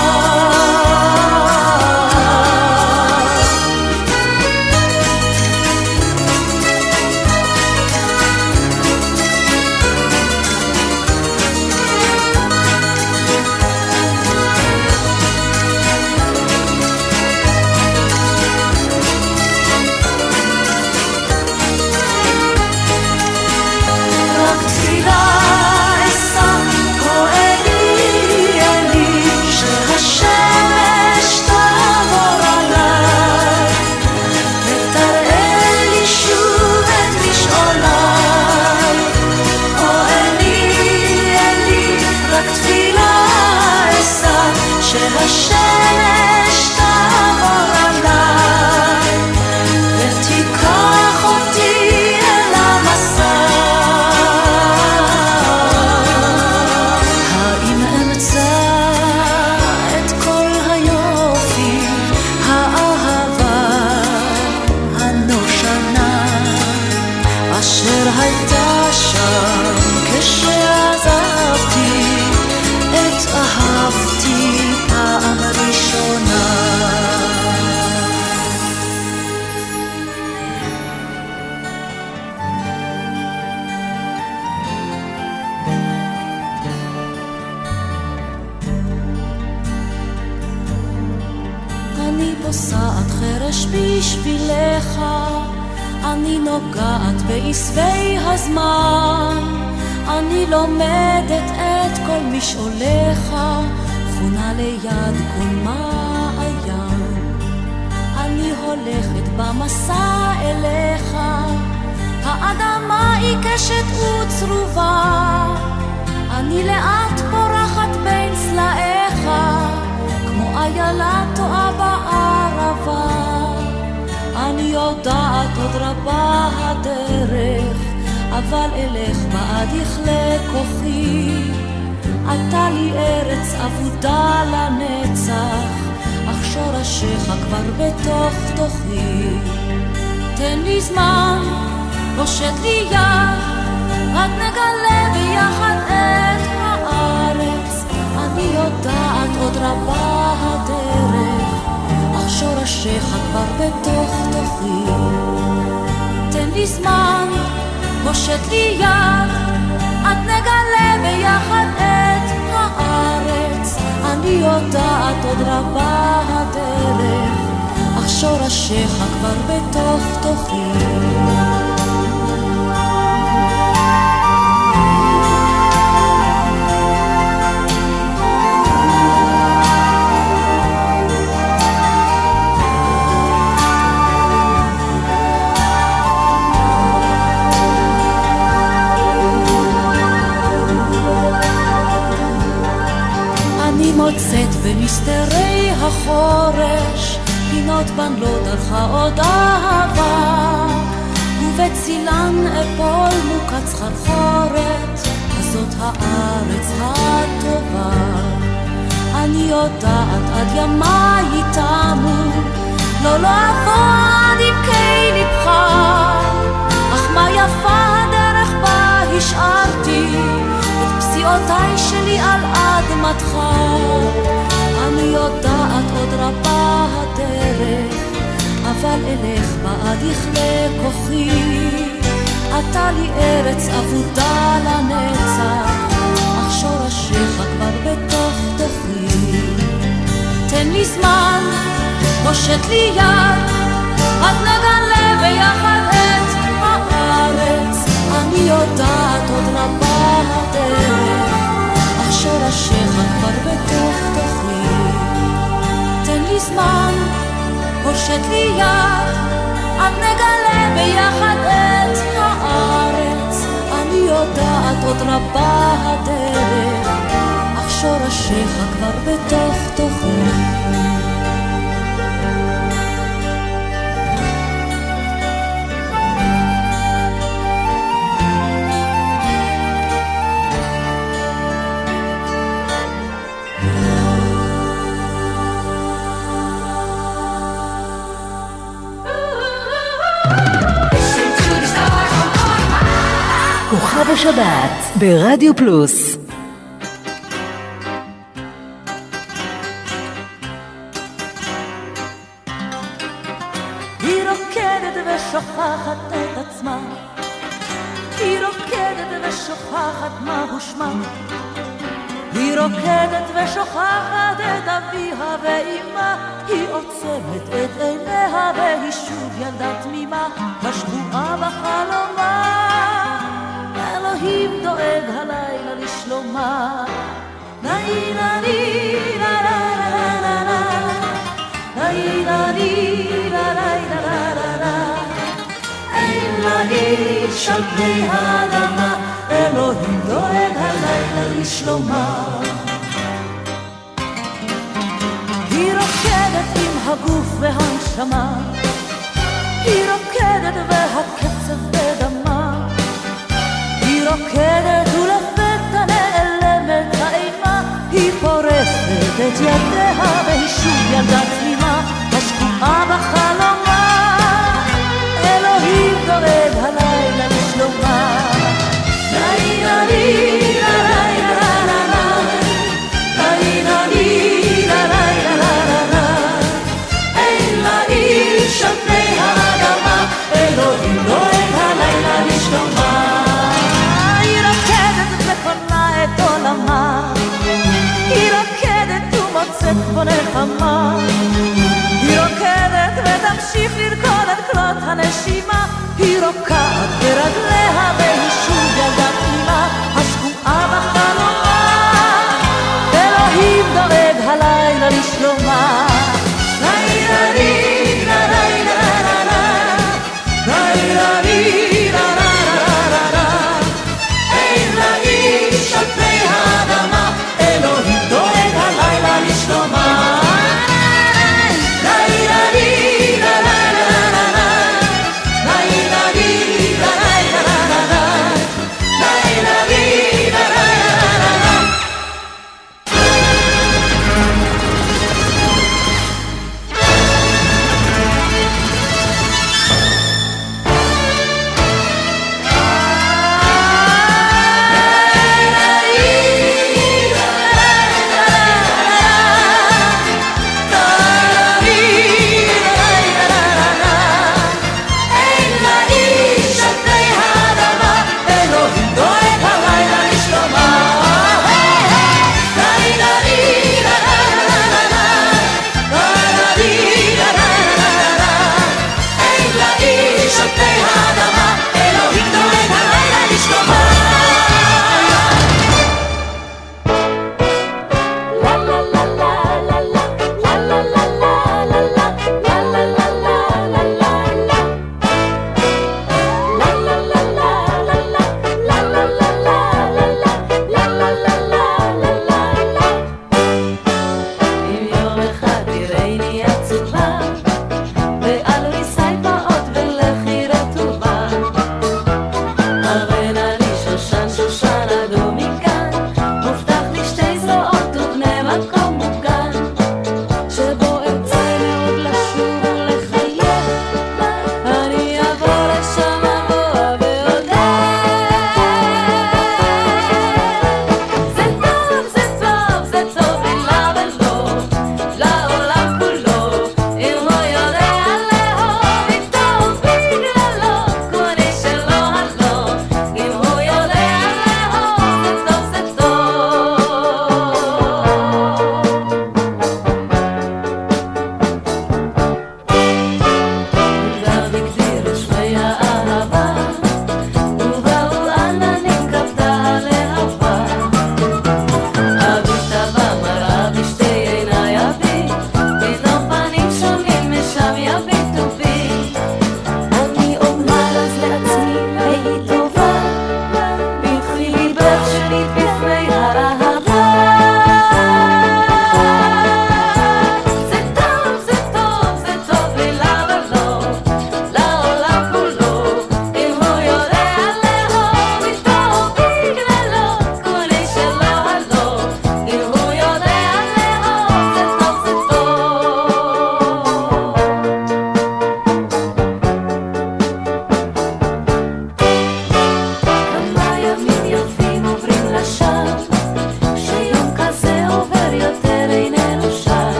רק תפילה אשא, הו אלי אלי, שהשמש תעבור עליי, ותראה לי שוב את משעוליי, הו אלי אלי, רק תפילה אשא, שהשמש תעבור עליי, ותיקח אותי אל המסע. האם אמצא את כל היופי, האהבה הנושנה, אשר הייתה שם כשעזבתי, את אהבתי פעם ראשונה. אני פוסעת חרש בשבילך, אני נוגעת בעשבי הזמן, אני לומדת את כל משעוליך, חונה ליד כל מעיין, אני הולכת במסע אליך, האדמה עיקשת וצרובה, אני לאט פורחת בין סלעיך, כמו איילה טועה בערבה, אני יודעת עוד רבה הדרך, אבל אלך בעד יכלה כוחי, עתה לי ארץ אבודה לנצח, אך שורשיך כבר בתוך תוכי. תן לי זמן, פושט לי יד, עד נגלה ביחד את הארץ, אני יודעת עוד רבה הדרך, אך שורשיך כבר בתוך תוכי. תן לי זמן, פושט לי יד, עד נגלה ביחד את הארץ, אני יודעת עוד רבה הדרך, אך שורשיך כבר בתוך תוכי. מוצאת במסתרי החורש פינות בן לא דרכה עוד אהבה, ובצילן אפול מוקת סחרחורת, הזאת הארץ הטובה. אני יודעת עד ימיי יתמו, לא לעבוד עם קי לבך, אך מה השארתי את פסיעותיי שלי על אדמתך. אני יודעת עוד רבה הדרך, אבל אלך בעד יכלה כוחי. אתה לי ארץ אבודה לנצח, אך שורשיך כבר בתוך תוכי. תן לי זמן, פושט לי יד, עד נגלה ביחד את הארץ. אני יודעת עוד רבה הדרך, אך שורשיך כבר בתוך תוכי. תן לי זמן, פושט לי יד, עד נגלה ביחד את הארץ. אני יודעת עוד רבה הדרך, אך שורשיך כבר בתוך תוכי. כוכב השבת ברדיו פלוס. היא רוקדת ושוכחת את עצמה, היא רוקדת ושוכחת מהו שמה, היא רוקדת ושוכחת את אביה ואימה, היא עוצמת את עיניה והיא שוב ילדה תמימה, השבועה בחלומה. אלוהים דואג הלילה לשלומה. ליי ליי לה לה לה לה לה, ליי ליי לה לה לה לה. אין לה איש על פני האדמה, אלוהים דואג הלילה לשלומה. היא רוקדת עם הגוף והנשמה, היא רוקדת והקצב בדמה, היא רוקדת ולפתע נעלמת האימה, היא פורסת את ידיה והיא שוב ילדה תמימה, השקועה בחלומה. אלוהים דואג הלילה לשלומה. ליי ליי לה לה לה לה לה, ליי ליי לה לה לה לה. אין לה איש על פני האדמה, אלוהים דואג הלילה לשלומה. את עולמה, היא רוקדת ומוצאת בו נחמה, היא רוקדת ותמשיך לרקוד את קולות הנשימה, היא רוקעת ברגליה והיא שוב ילדה תמימה, השקועה בחלומה. אלוהים דואג הלילה לשלומה. ליי ליי לה לה לה לה, ליי ליי לה לה לה. אין לה איש על פני האדמה, אלוהים דואג הלילה לשלומה. ליי ליי לה לה לה לה, ליי ליי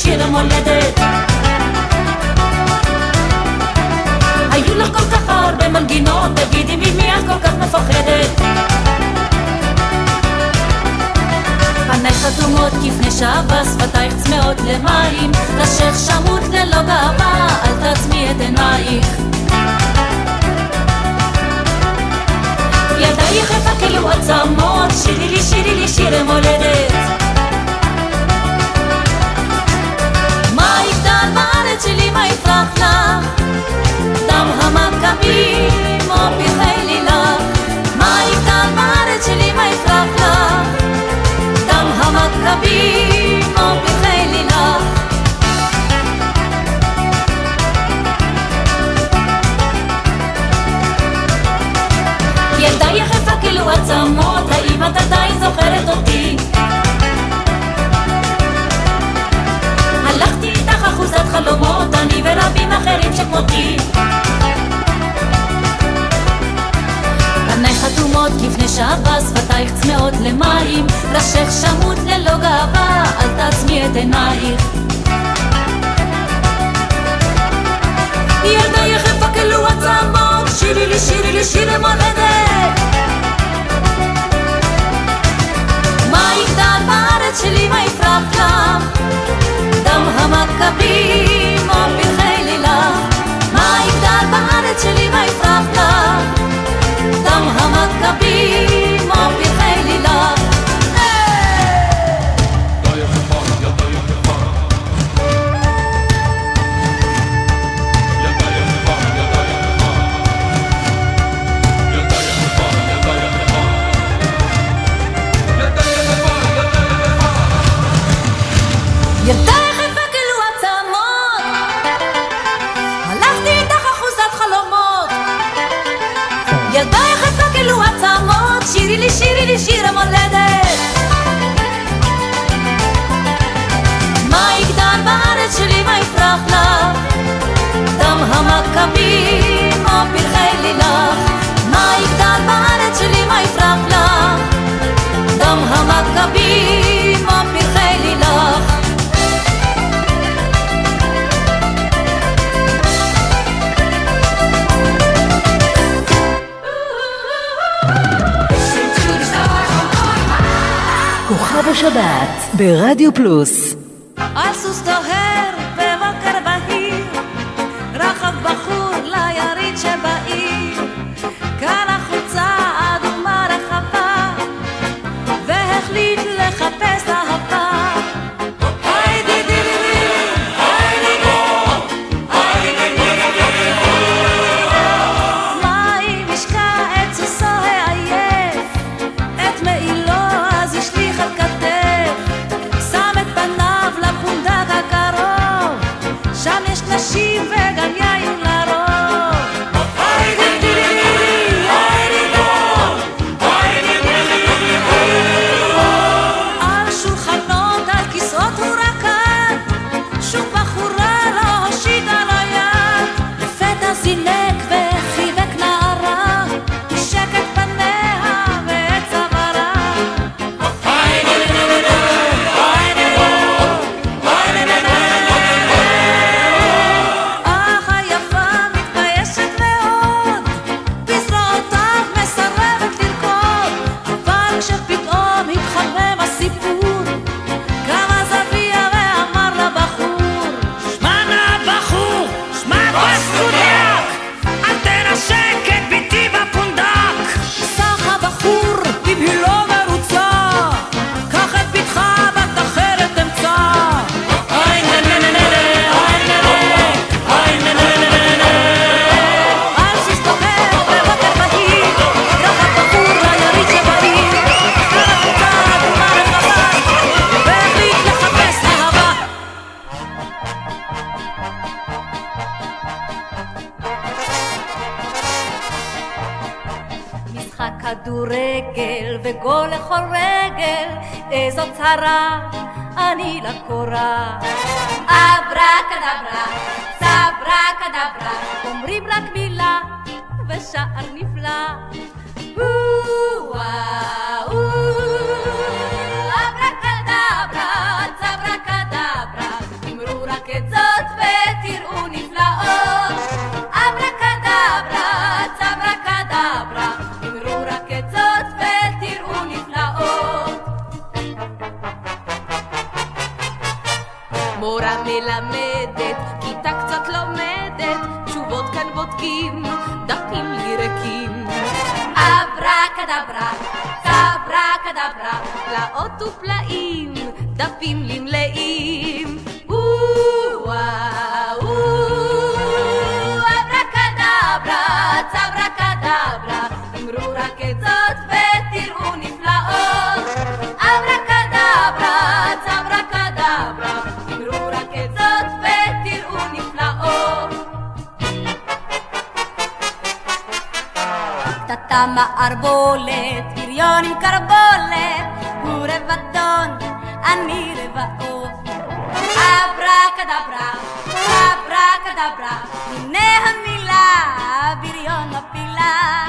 שיר מולדת. היו לך כל כך הרבה מנגינות, תגידי ממי את כל כך מפחדת. פנייך חתומות כפני שבה, שפתייך צמאות למים, ראשך שמות ללא גאווה, אל תעצמי את עינייך. ידייך יפה כאילו עצמות, שירי לי שירי לי שיר מולדת. מה יגדל בארץ שלי, מה יפרח לך? דם המכבים או פרחי לילך. מה יגדל בארץ שלי, מה יפרח לך? דם המכבים או פרחי לילך. ילדייך יפה כאילו עצמות, האם את עדיין זוכרת אותי? הלכתי איתך אחוזת חלומות, אני ורבים אחרים שכמותי. פנייך חתומות כפני שבה, שפתייך צמאות למים, ראשך שמות ללא גאווה, אל תעצמי את עינייך. ילדייך יפה כאילו עצמות, שירי לי שירי לי שיר מולדת. מה יגדל בארץ שלי, מה יפרח לך? דם המכבים או פרחי לילך. מה יגדל בארץ שלי, מה יפרח לך? דם המכבים או פרחי לילך. ידייך יפה כאילו עצמות, הלכתי איתך אחוזת חלומות. ידייך יפה כאילו עצמות, שירי לי שירי לי שיר המולדת. מה יגדל בארץ שלי, מה יפרח לך? דם המכבים או פרחי לילך. מה יגדל בארץ שלי, מה יפרח לך? דם המכבים או פרחי לילך. כוכב השבת ברדיו פלוס. על סוס דוהר בבוקר בהיר, רחב בחור ליריד שבעיר, כאן החולצה אדומה רחבה, והחליט לחפש אהבה. מה אם ישקע את סוסו העייף, את מעילו אז השליך על כתף, שם את פניו לפונדק הקרוב, שם יש נשים וגם יין לרוב. על שולחנות, על כיסאות הוא רקד, שום בחורה לא הושיטה לו יד, לפתע זינק וחיבק נערה, נשק את פניה ואת צווארה. אך היפה מתביישת מאוד, בזרועותיו מסרבת לרקוד, אבל כשפתאום התחמם הסיפור, קם אז אביה ואמר לבחור, שמע נא בחור, שמע פסקודיאק, אל תנשק את ביתי בפונדק. סך הבחור בבהילו מרוצה, קח את ביתך בת אחרת תמצא. איי נננננה, איי ננננה, איי נננננה. על סוס דוהר בבוקר בהיר, רחב בחור ליריד שבעיר, כאן החולצה אדומה רחבה, והחליט לחפש אהבה. משחק כדורגל וגול לכל רגל, איזו צרה אני לקורה. אברה כדברה, צברה כדברה, אומרים רק מילה ושער נפלא. אברה כדברה, צברה כדברה, מלמדת, כיתה קצת לומדת, תשובות כאן בודקים, דפים לי ריקים. אברה כדברה, צברה כדברה, פלאות ופלאים, דפים לי מלאים. אברה כדברה, צברה כדברה, אמרו רק את זאת ותראו נפלאות. אברה כדברה, צברה כדברה, אמרו רק את זאת ותראו נפלאות. קטטה מערבולת, בריון עם קרבולת, הוא רבדון, אני רבעות. אברה כדברה, אברה כדברה, הנה המילה, בריון מפילה.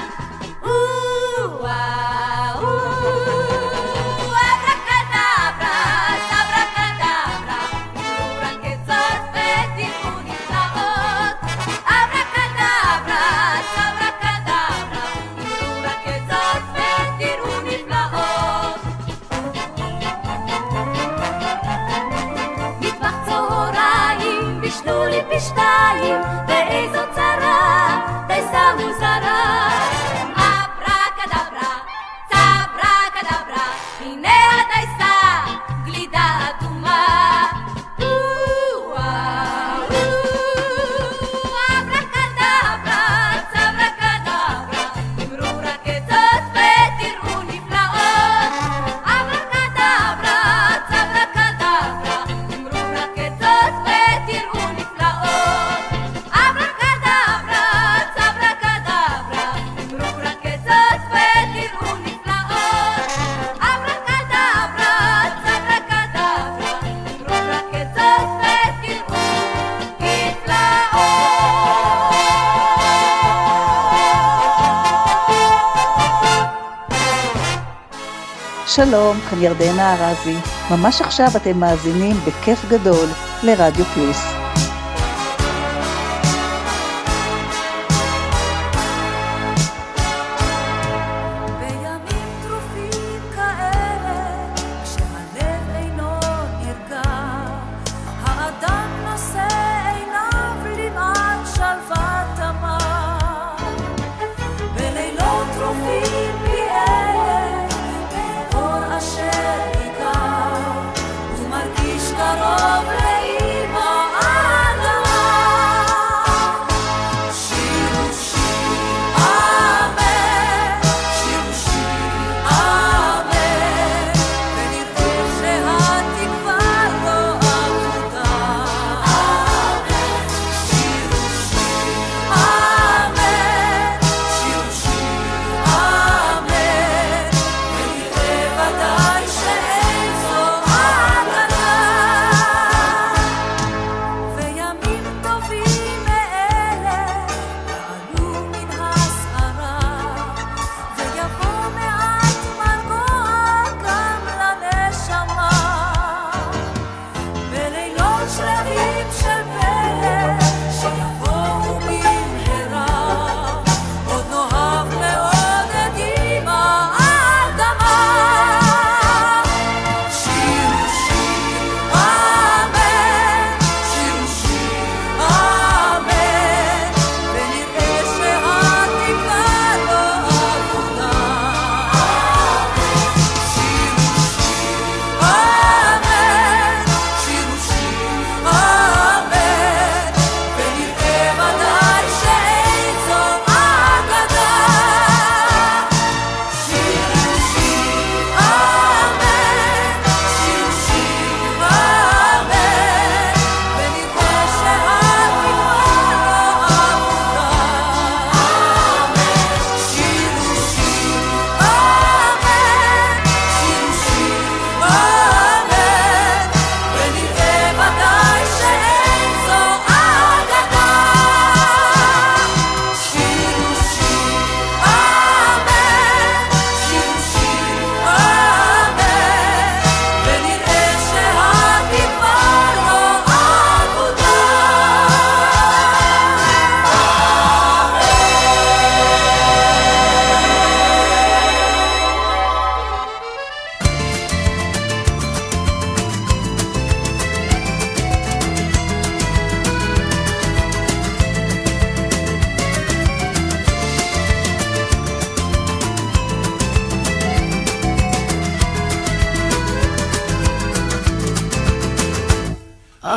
אברה כדברה, אברה כדברה, תראו רק את זאת ותראו נפלאות. אברה כדברה, אברה כדברה, תראו רק את זאת ותראו נפלאות. מטבח צהריים בישלו לי פשתיים, ואיזו צרה, דייסה מוזרה. אברה כדברה, צברה כדברה, הנה הדייסה, גלידה אדומה. אברה כדברה, צברה כדברה, אמרו רק את זאת ותראו נפלאות. אברה כדברה, צברה כדברה, אמרו רק את זאת ותראו נפלאות. אברה כדברה, צברה כדברה, אמרו רק את זאת ותראו נפלאות. אברה כדברה, צברה כדברה, אמרו רק את זאת ותראו נפלאות. שלום, כאן ירדנה ארזי. ממש עכשיו אתם מאזינים בכיף גדול לרדיו פלוס. בימים טרופים כאלה, כשהלב אינו נרגע, האדם נושא עיניו למען שלוות עמיו. בלילות טרופים לי אלה, באור אשר ניגע, הוא מרגיש קרוב לאמא.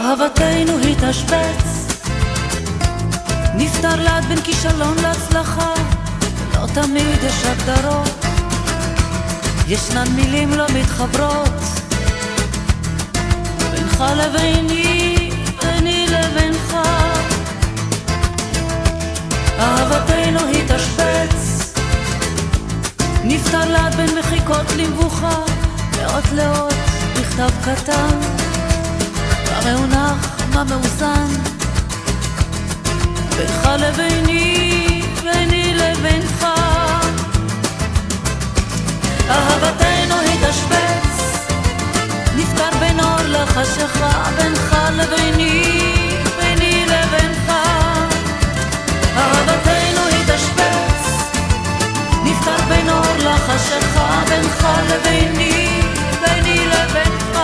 אהבתנו התאשפץ, נפטר לאט בין כישלון להצלחה, לא תמיד יש הגדרות, ישנן מילים לא מתחברות, בינך לביני, ביני לבינך. אהבתנו התאשפץ, נפטר לאט בין מחיקות למבוכה, לאות לאות בכתב קטן, המאונח מה מאוזן, בינך לביני, ביני לבינך. אהבתנו התאשפץ, נפטר בין אור לחשיכה, בינך לביני, ביני לבינך. אהבתנו התאשפץ, נפטר בין אור לחשיכה, בינך לביני, ביני לבינך.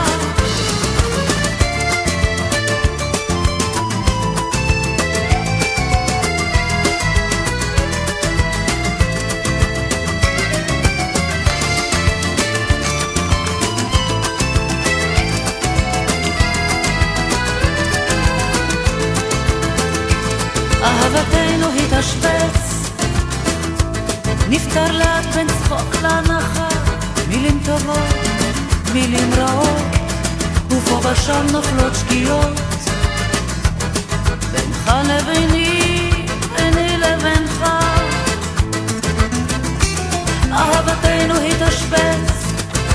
אהבתנו התאשפץ, נפטר לאט בין צחוק להנחה, מילים טובות, מילים רעות, ופה ושם נופלות שגיאות, בינך לביני, ביני לבינך. אהבתנו התאשפץ,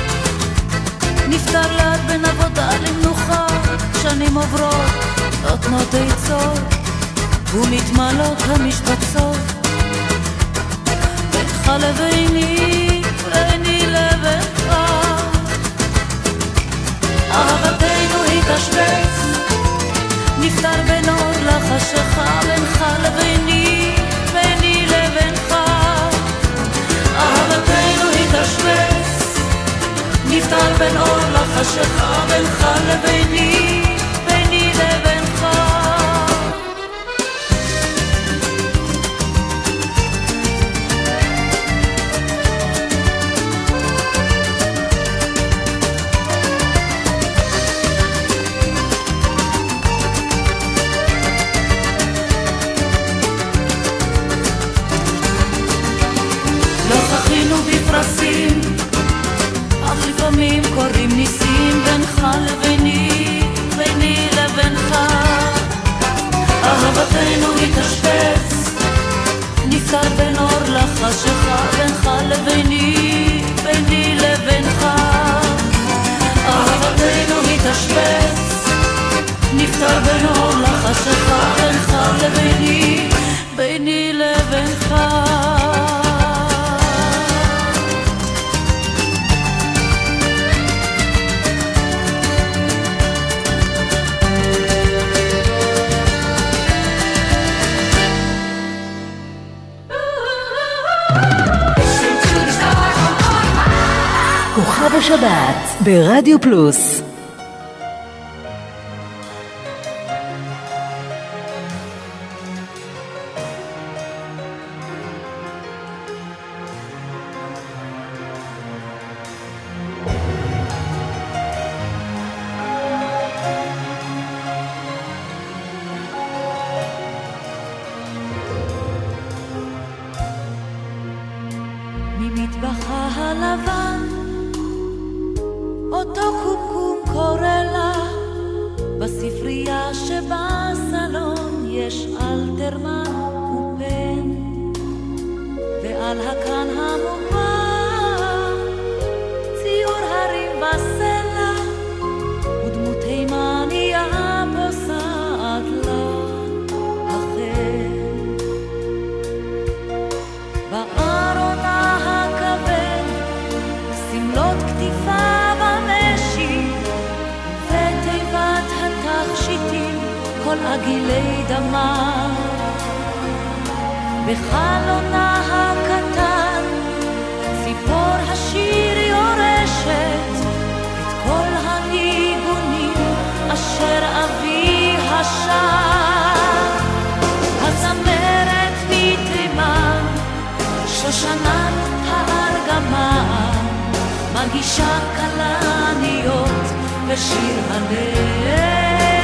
נפטר לאט בין עבודה למנוחה, שנים עוברות, נותנות עצות, ומתמלות המשבצות, בינך לביני, ביני לבינך. אהבתנו התאשפץ, נפטר בין אור לחשיכה, בינך לביני, ביני לבינך. אהבתנו התאשפץ, נפטר בין אור לחשיכה, בינך לביני, ביני לבינך. בפרסים, אך לפעמים קוראים ניסים, בינך לביני, ביני לבינך. אהבתנו התאשפץ, נפטר בין אור לחשיכה, בינך לביני, ביני לבינך. אהבתנו התאשפץ, נפטר בין אור לחשיכה, בינך לביני, ביני לבינך. כוכב השבת ברדיו פלוס. ממטבחה הלבן אותו קוקום קורא לה, בספרייה שבסלון יש אלתרמן ופן, ועל הקרן המוגבר ציור הרים בסלע, ודמות תימניה פוסעת לה החן. בארונה הכבד סמלות כתיפה במשי, ותיבת התכשיטים כל עגילי דמה. בחלונה הקטן ציפור השיר יורשת את כל הניגונים אשר אבי השר. הזמרת מתימן שושנת הארגמן מגישה כלניות ושיר הלב.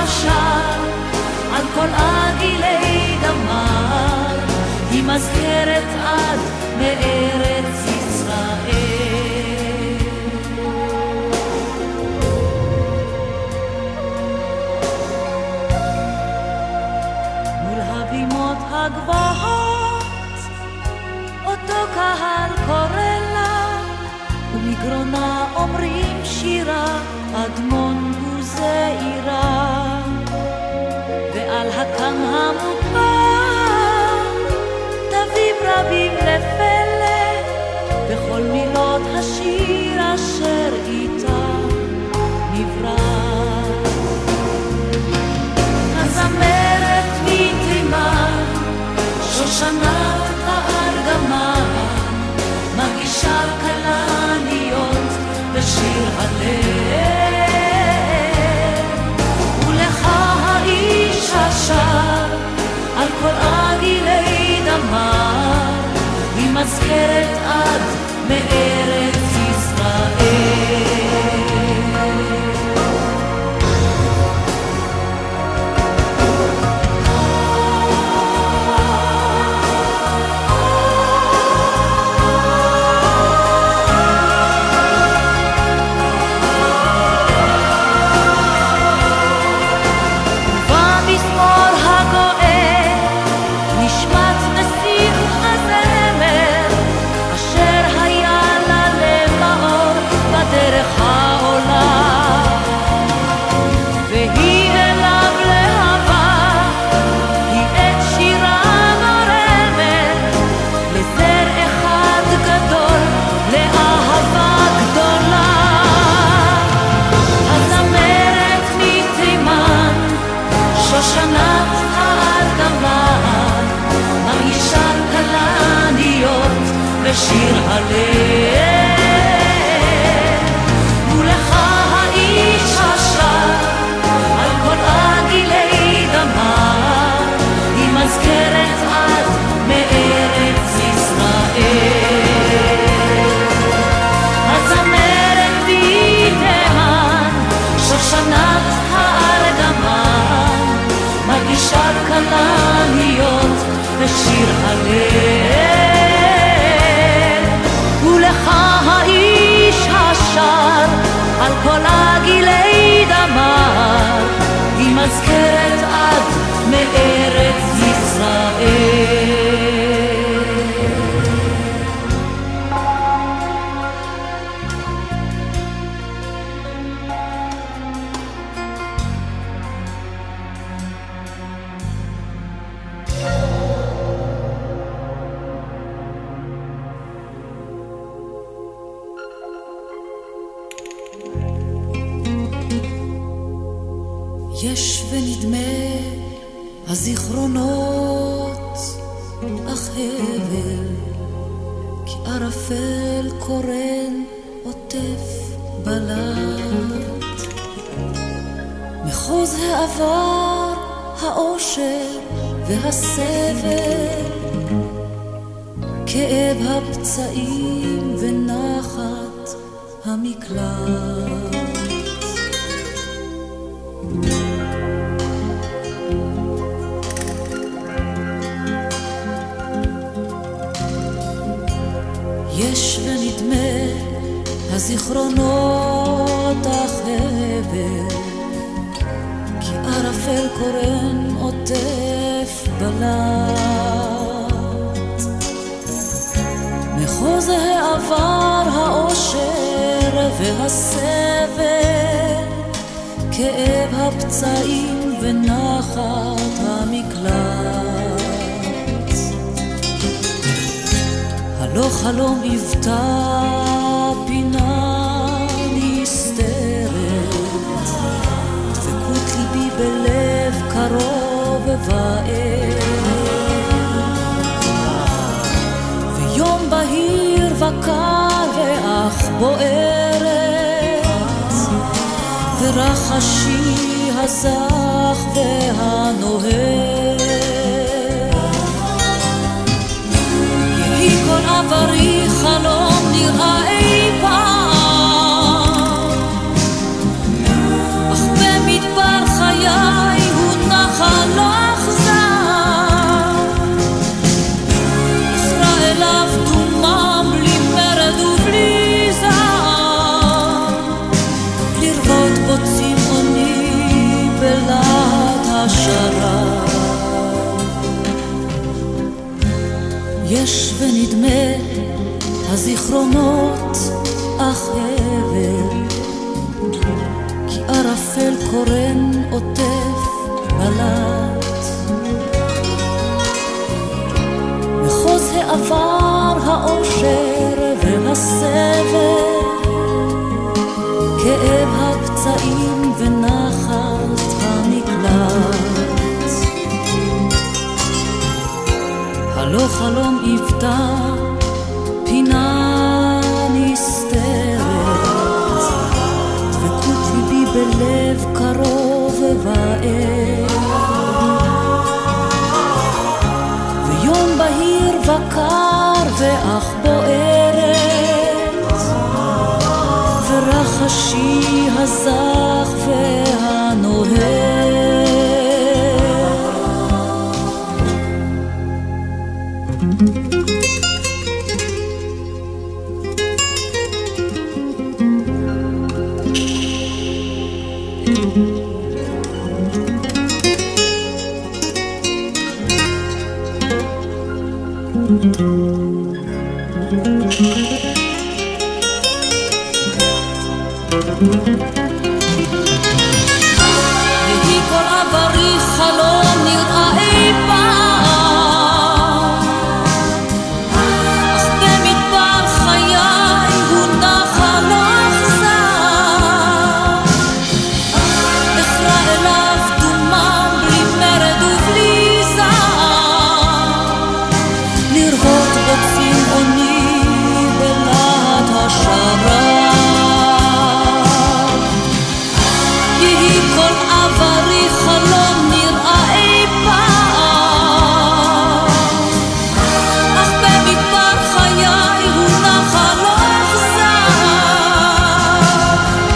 השער על כל עגילי דמר, היא מזכרת עד מארץ ישראל. מול הבימות הגבוהות אותו קהל קורא לה, ומגרונה אומרים שירה אדמון גוזעירה, ועל הקן המוקפא תווים רבים לפלא, בכל מילות השיר אשר איתה נברא. הזמרת מתימן שושנת הארגמן, מרגישה כלניות בשיר הלב, ולך האיש השר על כל עגילי דמר, היא מזכרת עד מארץ ישראל. שיר הלב, ולך האיש השר על כל עגילי דמר, היא מזכרת עד מארץ ישראל. הזמרת בתימן שושנת הארגמן, מרגישה כלניות בשיר הלב, ולך האיש השר על כל עגילי דמר, היא מזכרת עד מארץ ישראל. יש ונדמה הזיכרונות אך הבל, כי ערפל קורן עוטף בלט, מחוז העבר האושר והסבל, כאב הפצעים ונחת המקלט. יש ונדמה הזיכרונות אך הבל, כי ערפל קורן עוטף בלט, מחוז העבר האושר והסבל, כאב הפצעים ונחת המקלט. הלא חלום יבטא פינה נסתרת, דבקות ליבי בלב קרוב ובער, ויום בהיר וקר ואך בוערת, ורחשי הזך והנוהר, יהי כל עברי חלום נראה אי פעם, אך במדבר חיי יש ונדמה הזיכרונות אך הבל, כי ערפל קורן עוטף בלט. מחוז העבר האושר והסבל, כאב הפצעים ונחת המקלט. הלא חלום יפתח פינה נסתרת, דבקות ליבי בלב קרוב ובער, ויום בהיר וקר ואך בוערת, ורחשי הזך והנוהר. והיא כל עברי חלום נראה אי פעם, אך במדבר חיי הונח הלא אכזר. אקרא אליו דומם בלי מרד ובלי זעם, לראות בו צמאוני בלהט השרב. כל עברי חלום נראה אי פעם, אך במדבר חיי הונח הלא אכזר.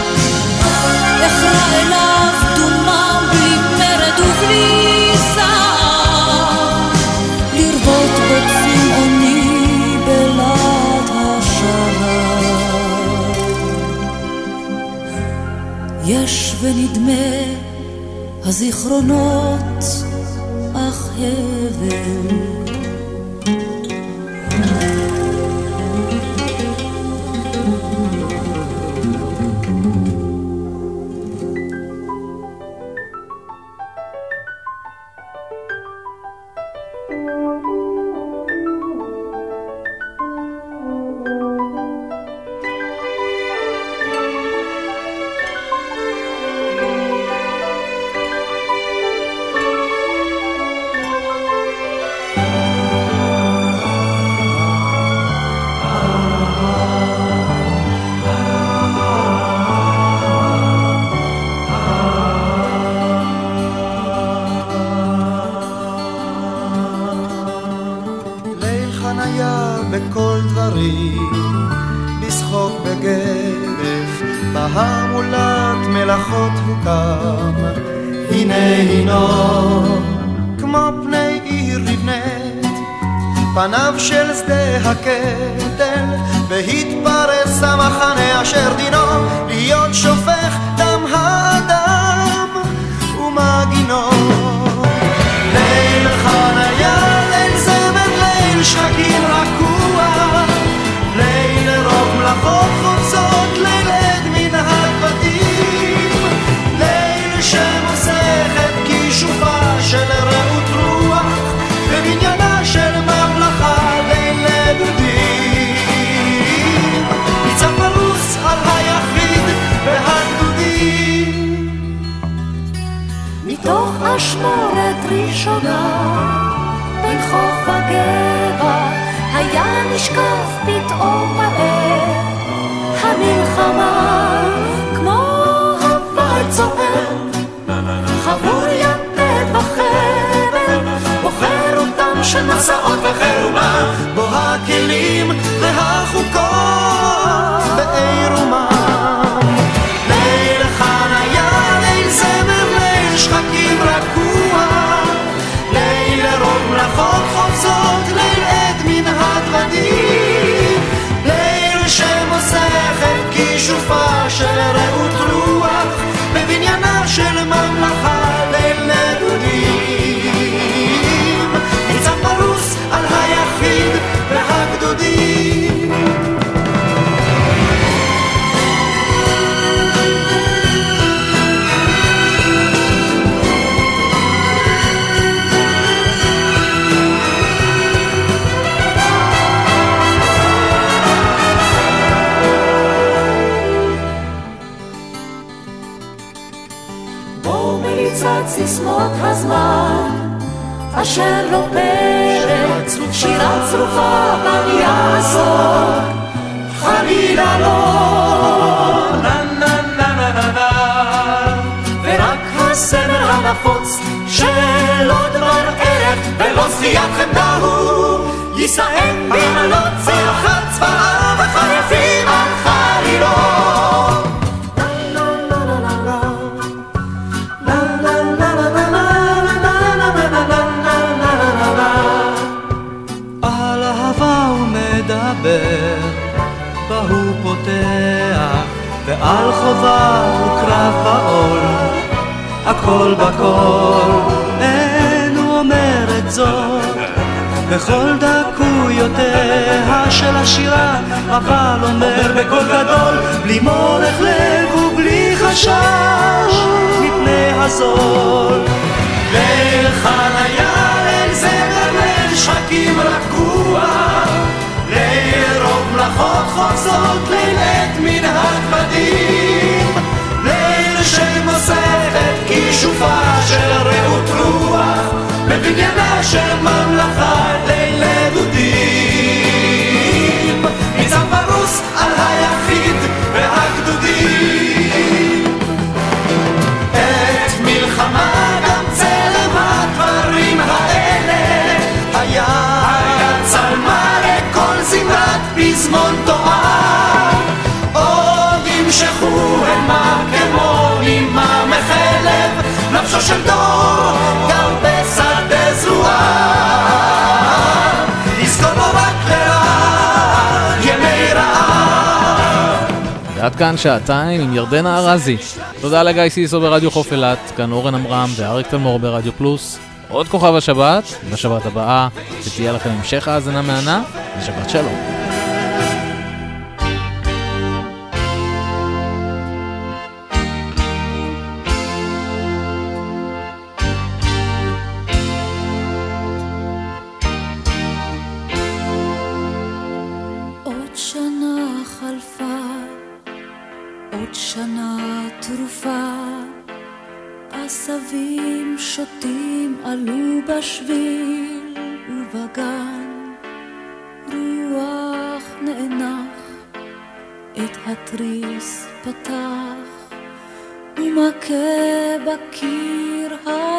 אקרא אליו דומם בלי מרד ובלי זעם, לרבות בו צמאוני בלהט השרב. יש ונדמה הזיכרונות אך הבל, פניו של שדה הקטל, והתפרס המחנה אשר דינו להיות שופך דם האדם ומגינו. ליל חניה, ליל זמר, ליל שחקים רכוע, ליל רוב מלאכות חופשות, ליל עד מן הדבטים, ליל שמוסך את כישופה של רעות רוח ובניינה של ממלכה בין לדודים. ניצב פרוס על היחיד והגדודים, מתוך אשמורת ראשונה בין חוף וגבע היה נשקף פתאום מראה המלחמה, כמו הוואי צוער חבור יתד וחבל, בוחר אותם של מסעות וחירומה, בו הכלים והחוקות בעירומם. ליל חניה, ליל זמר, ליל שחקים רכוע, ליל רוב מלאכות חופשות, ליל עד מן הדבטים, ליל שמוסך את כישופה של רעות רוח בבניינה של ממלכה ליל נדודים. ניצב פרוס על היחיד אשר לא פרק, שירה צרופה בל יעזור, חלילה לא. נה נה נה נה נה נה, ורק הסמל הנפוץ שלא דבר ערך ולא זכיית חמדה הוא יישאם בעלות צלחת צבאה וחרפים על חלילו. על אהבה הוא מדבר, בה הוא פותח, ועל חובה הוא קרב בעול, הכל בכל. אין הוא אומר את זאת בכל דקויותיה של השירה, אבל אומר בקול גדול, בלי מורך לב ובלי חשש מפני הזול. ליל חניה, ליל זמר, ליל שחקים רגוע, ליל רוב מלאכות חוזרות, ליל עת מנהג בדים, ליל שמוספת כישופה של רעות רוח, בבניינה של ממלכה ליל דודים, ניצב פרוס על היחיד והגדודים. את מלחמה גם צלם הדברים האלה היה, היה צלמה לכל זמרת פזמון תואר, עוד ימשכו המה כמו נימה מחלב, נפשו של דור גם בשדה זרועה, יזכור בו רק לרעה ימי רעה. ועד כאן שעתיים עם ירדנה ארזי. תודה לגיא סיסו ברדיו חוף אילת, כאן אורן אמרם ואריק תלמור ברדיו פלוס. עוד כוכב השבת, בשבת הבאה, שתהיה לכם המשך האזנה מהנה, ושבת שלום. עשבים שותים עלו בשביל ובגן, רוח נאנח את התריס פתח ומכה בקיר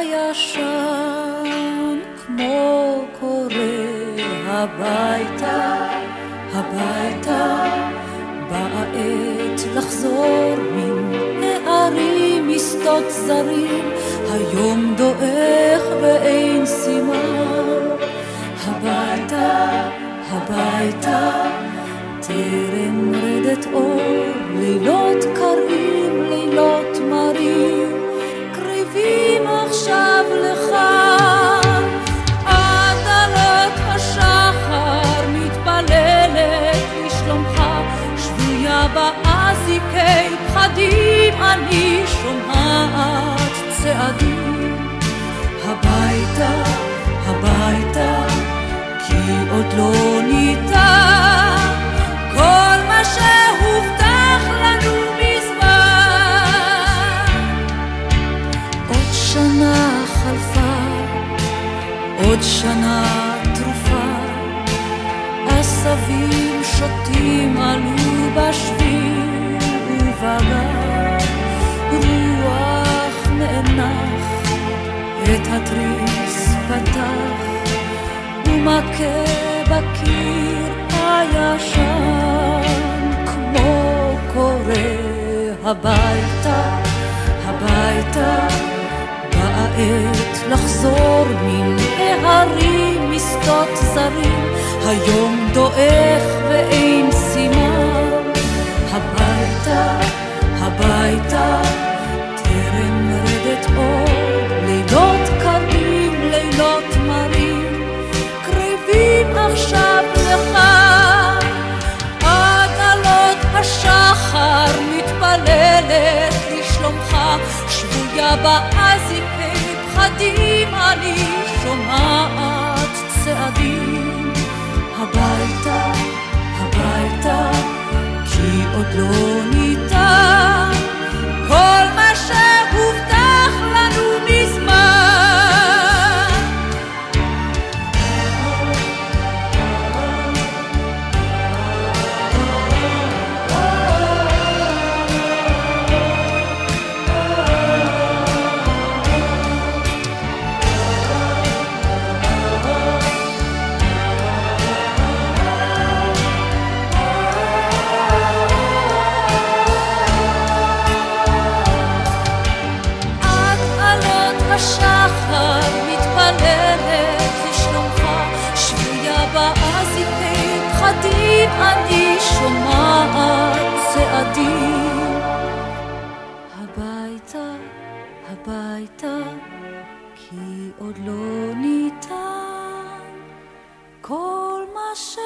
הישן, כמו קורא הביתה הביתה, באה עת לחזור מן הערים משדות זרים, היום דועך ואין סימן, הביתה הביתה, טרם רדת אור, לילות קרים לילות מרים, קריבים עכשיו לך, עד עלות השחר מתפללת לשלומך, שבויה באזיקי פחדים אני שומעת צעדים, הביתה הביתה, כי עוד לא ניתן כל מה שהובטח לנו מזמן. עוד שנה חלפה, עוד שנה תרופה, עשבים שותים עלו בשביל ובגן, רוח נאנח את התריס פתח ומכה בקיר הישן, כמו קורא הביתה הביתה, באה עת לחזור מן ההרים משדות זרים, היום דועך ואין סימן, הביתה הביתה, טרם רדת אור, לילות קרים לילות מרים, קריבים עכשיו לך, עד עלות השחר מתפללת לשלומך, שבויה באזיקי פחדים אני שומעת צעדים, הביתה הביתה, כי עוד לא ניתן כל מה שהובטח לנו מזמן. אני שומעת צעדים הביתה, הביתה, כי עוד לא ניתן כל מה ש...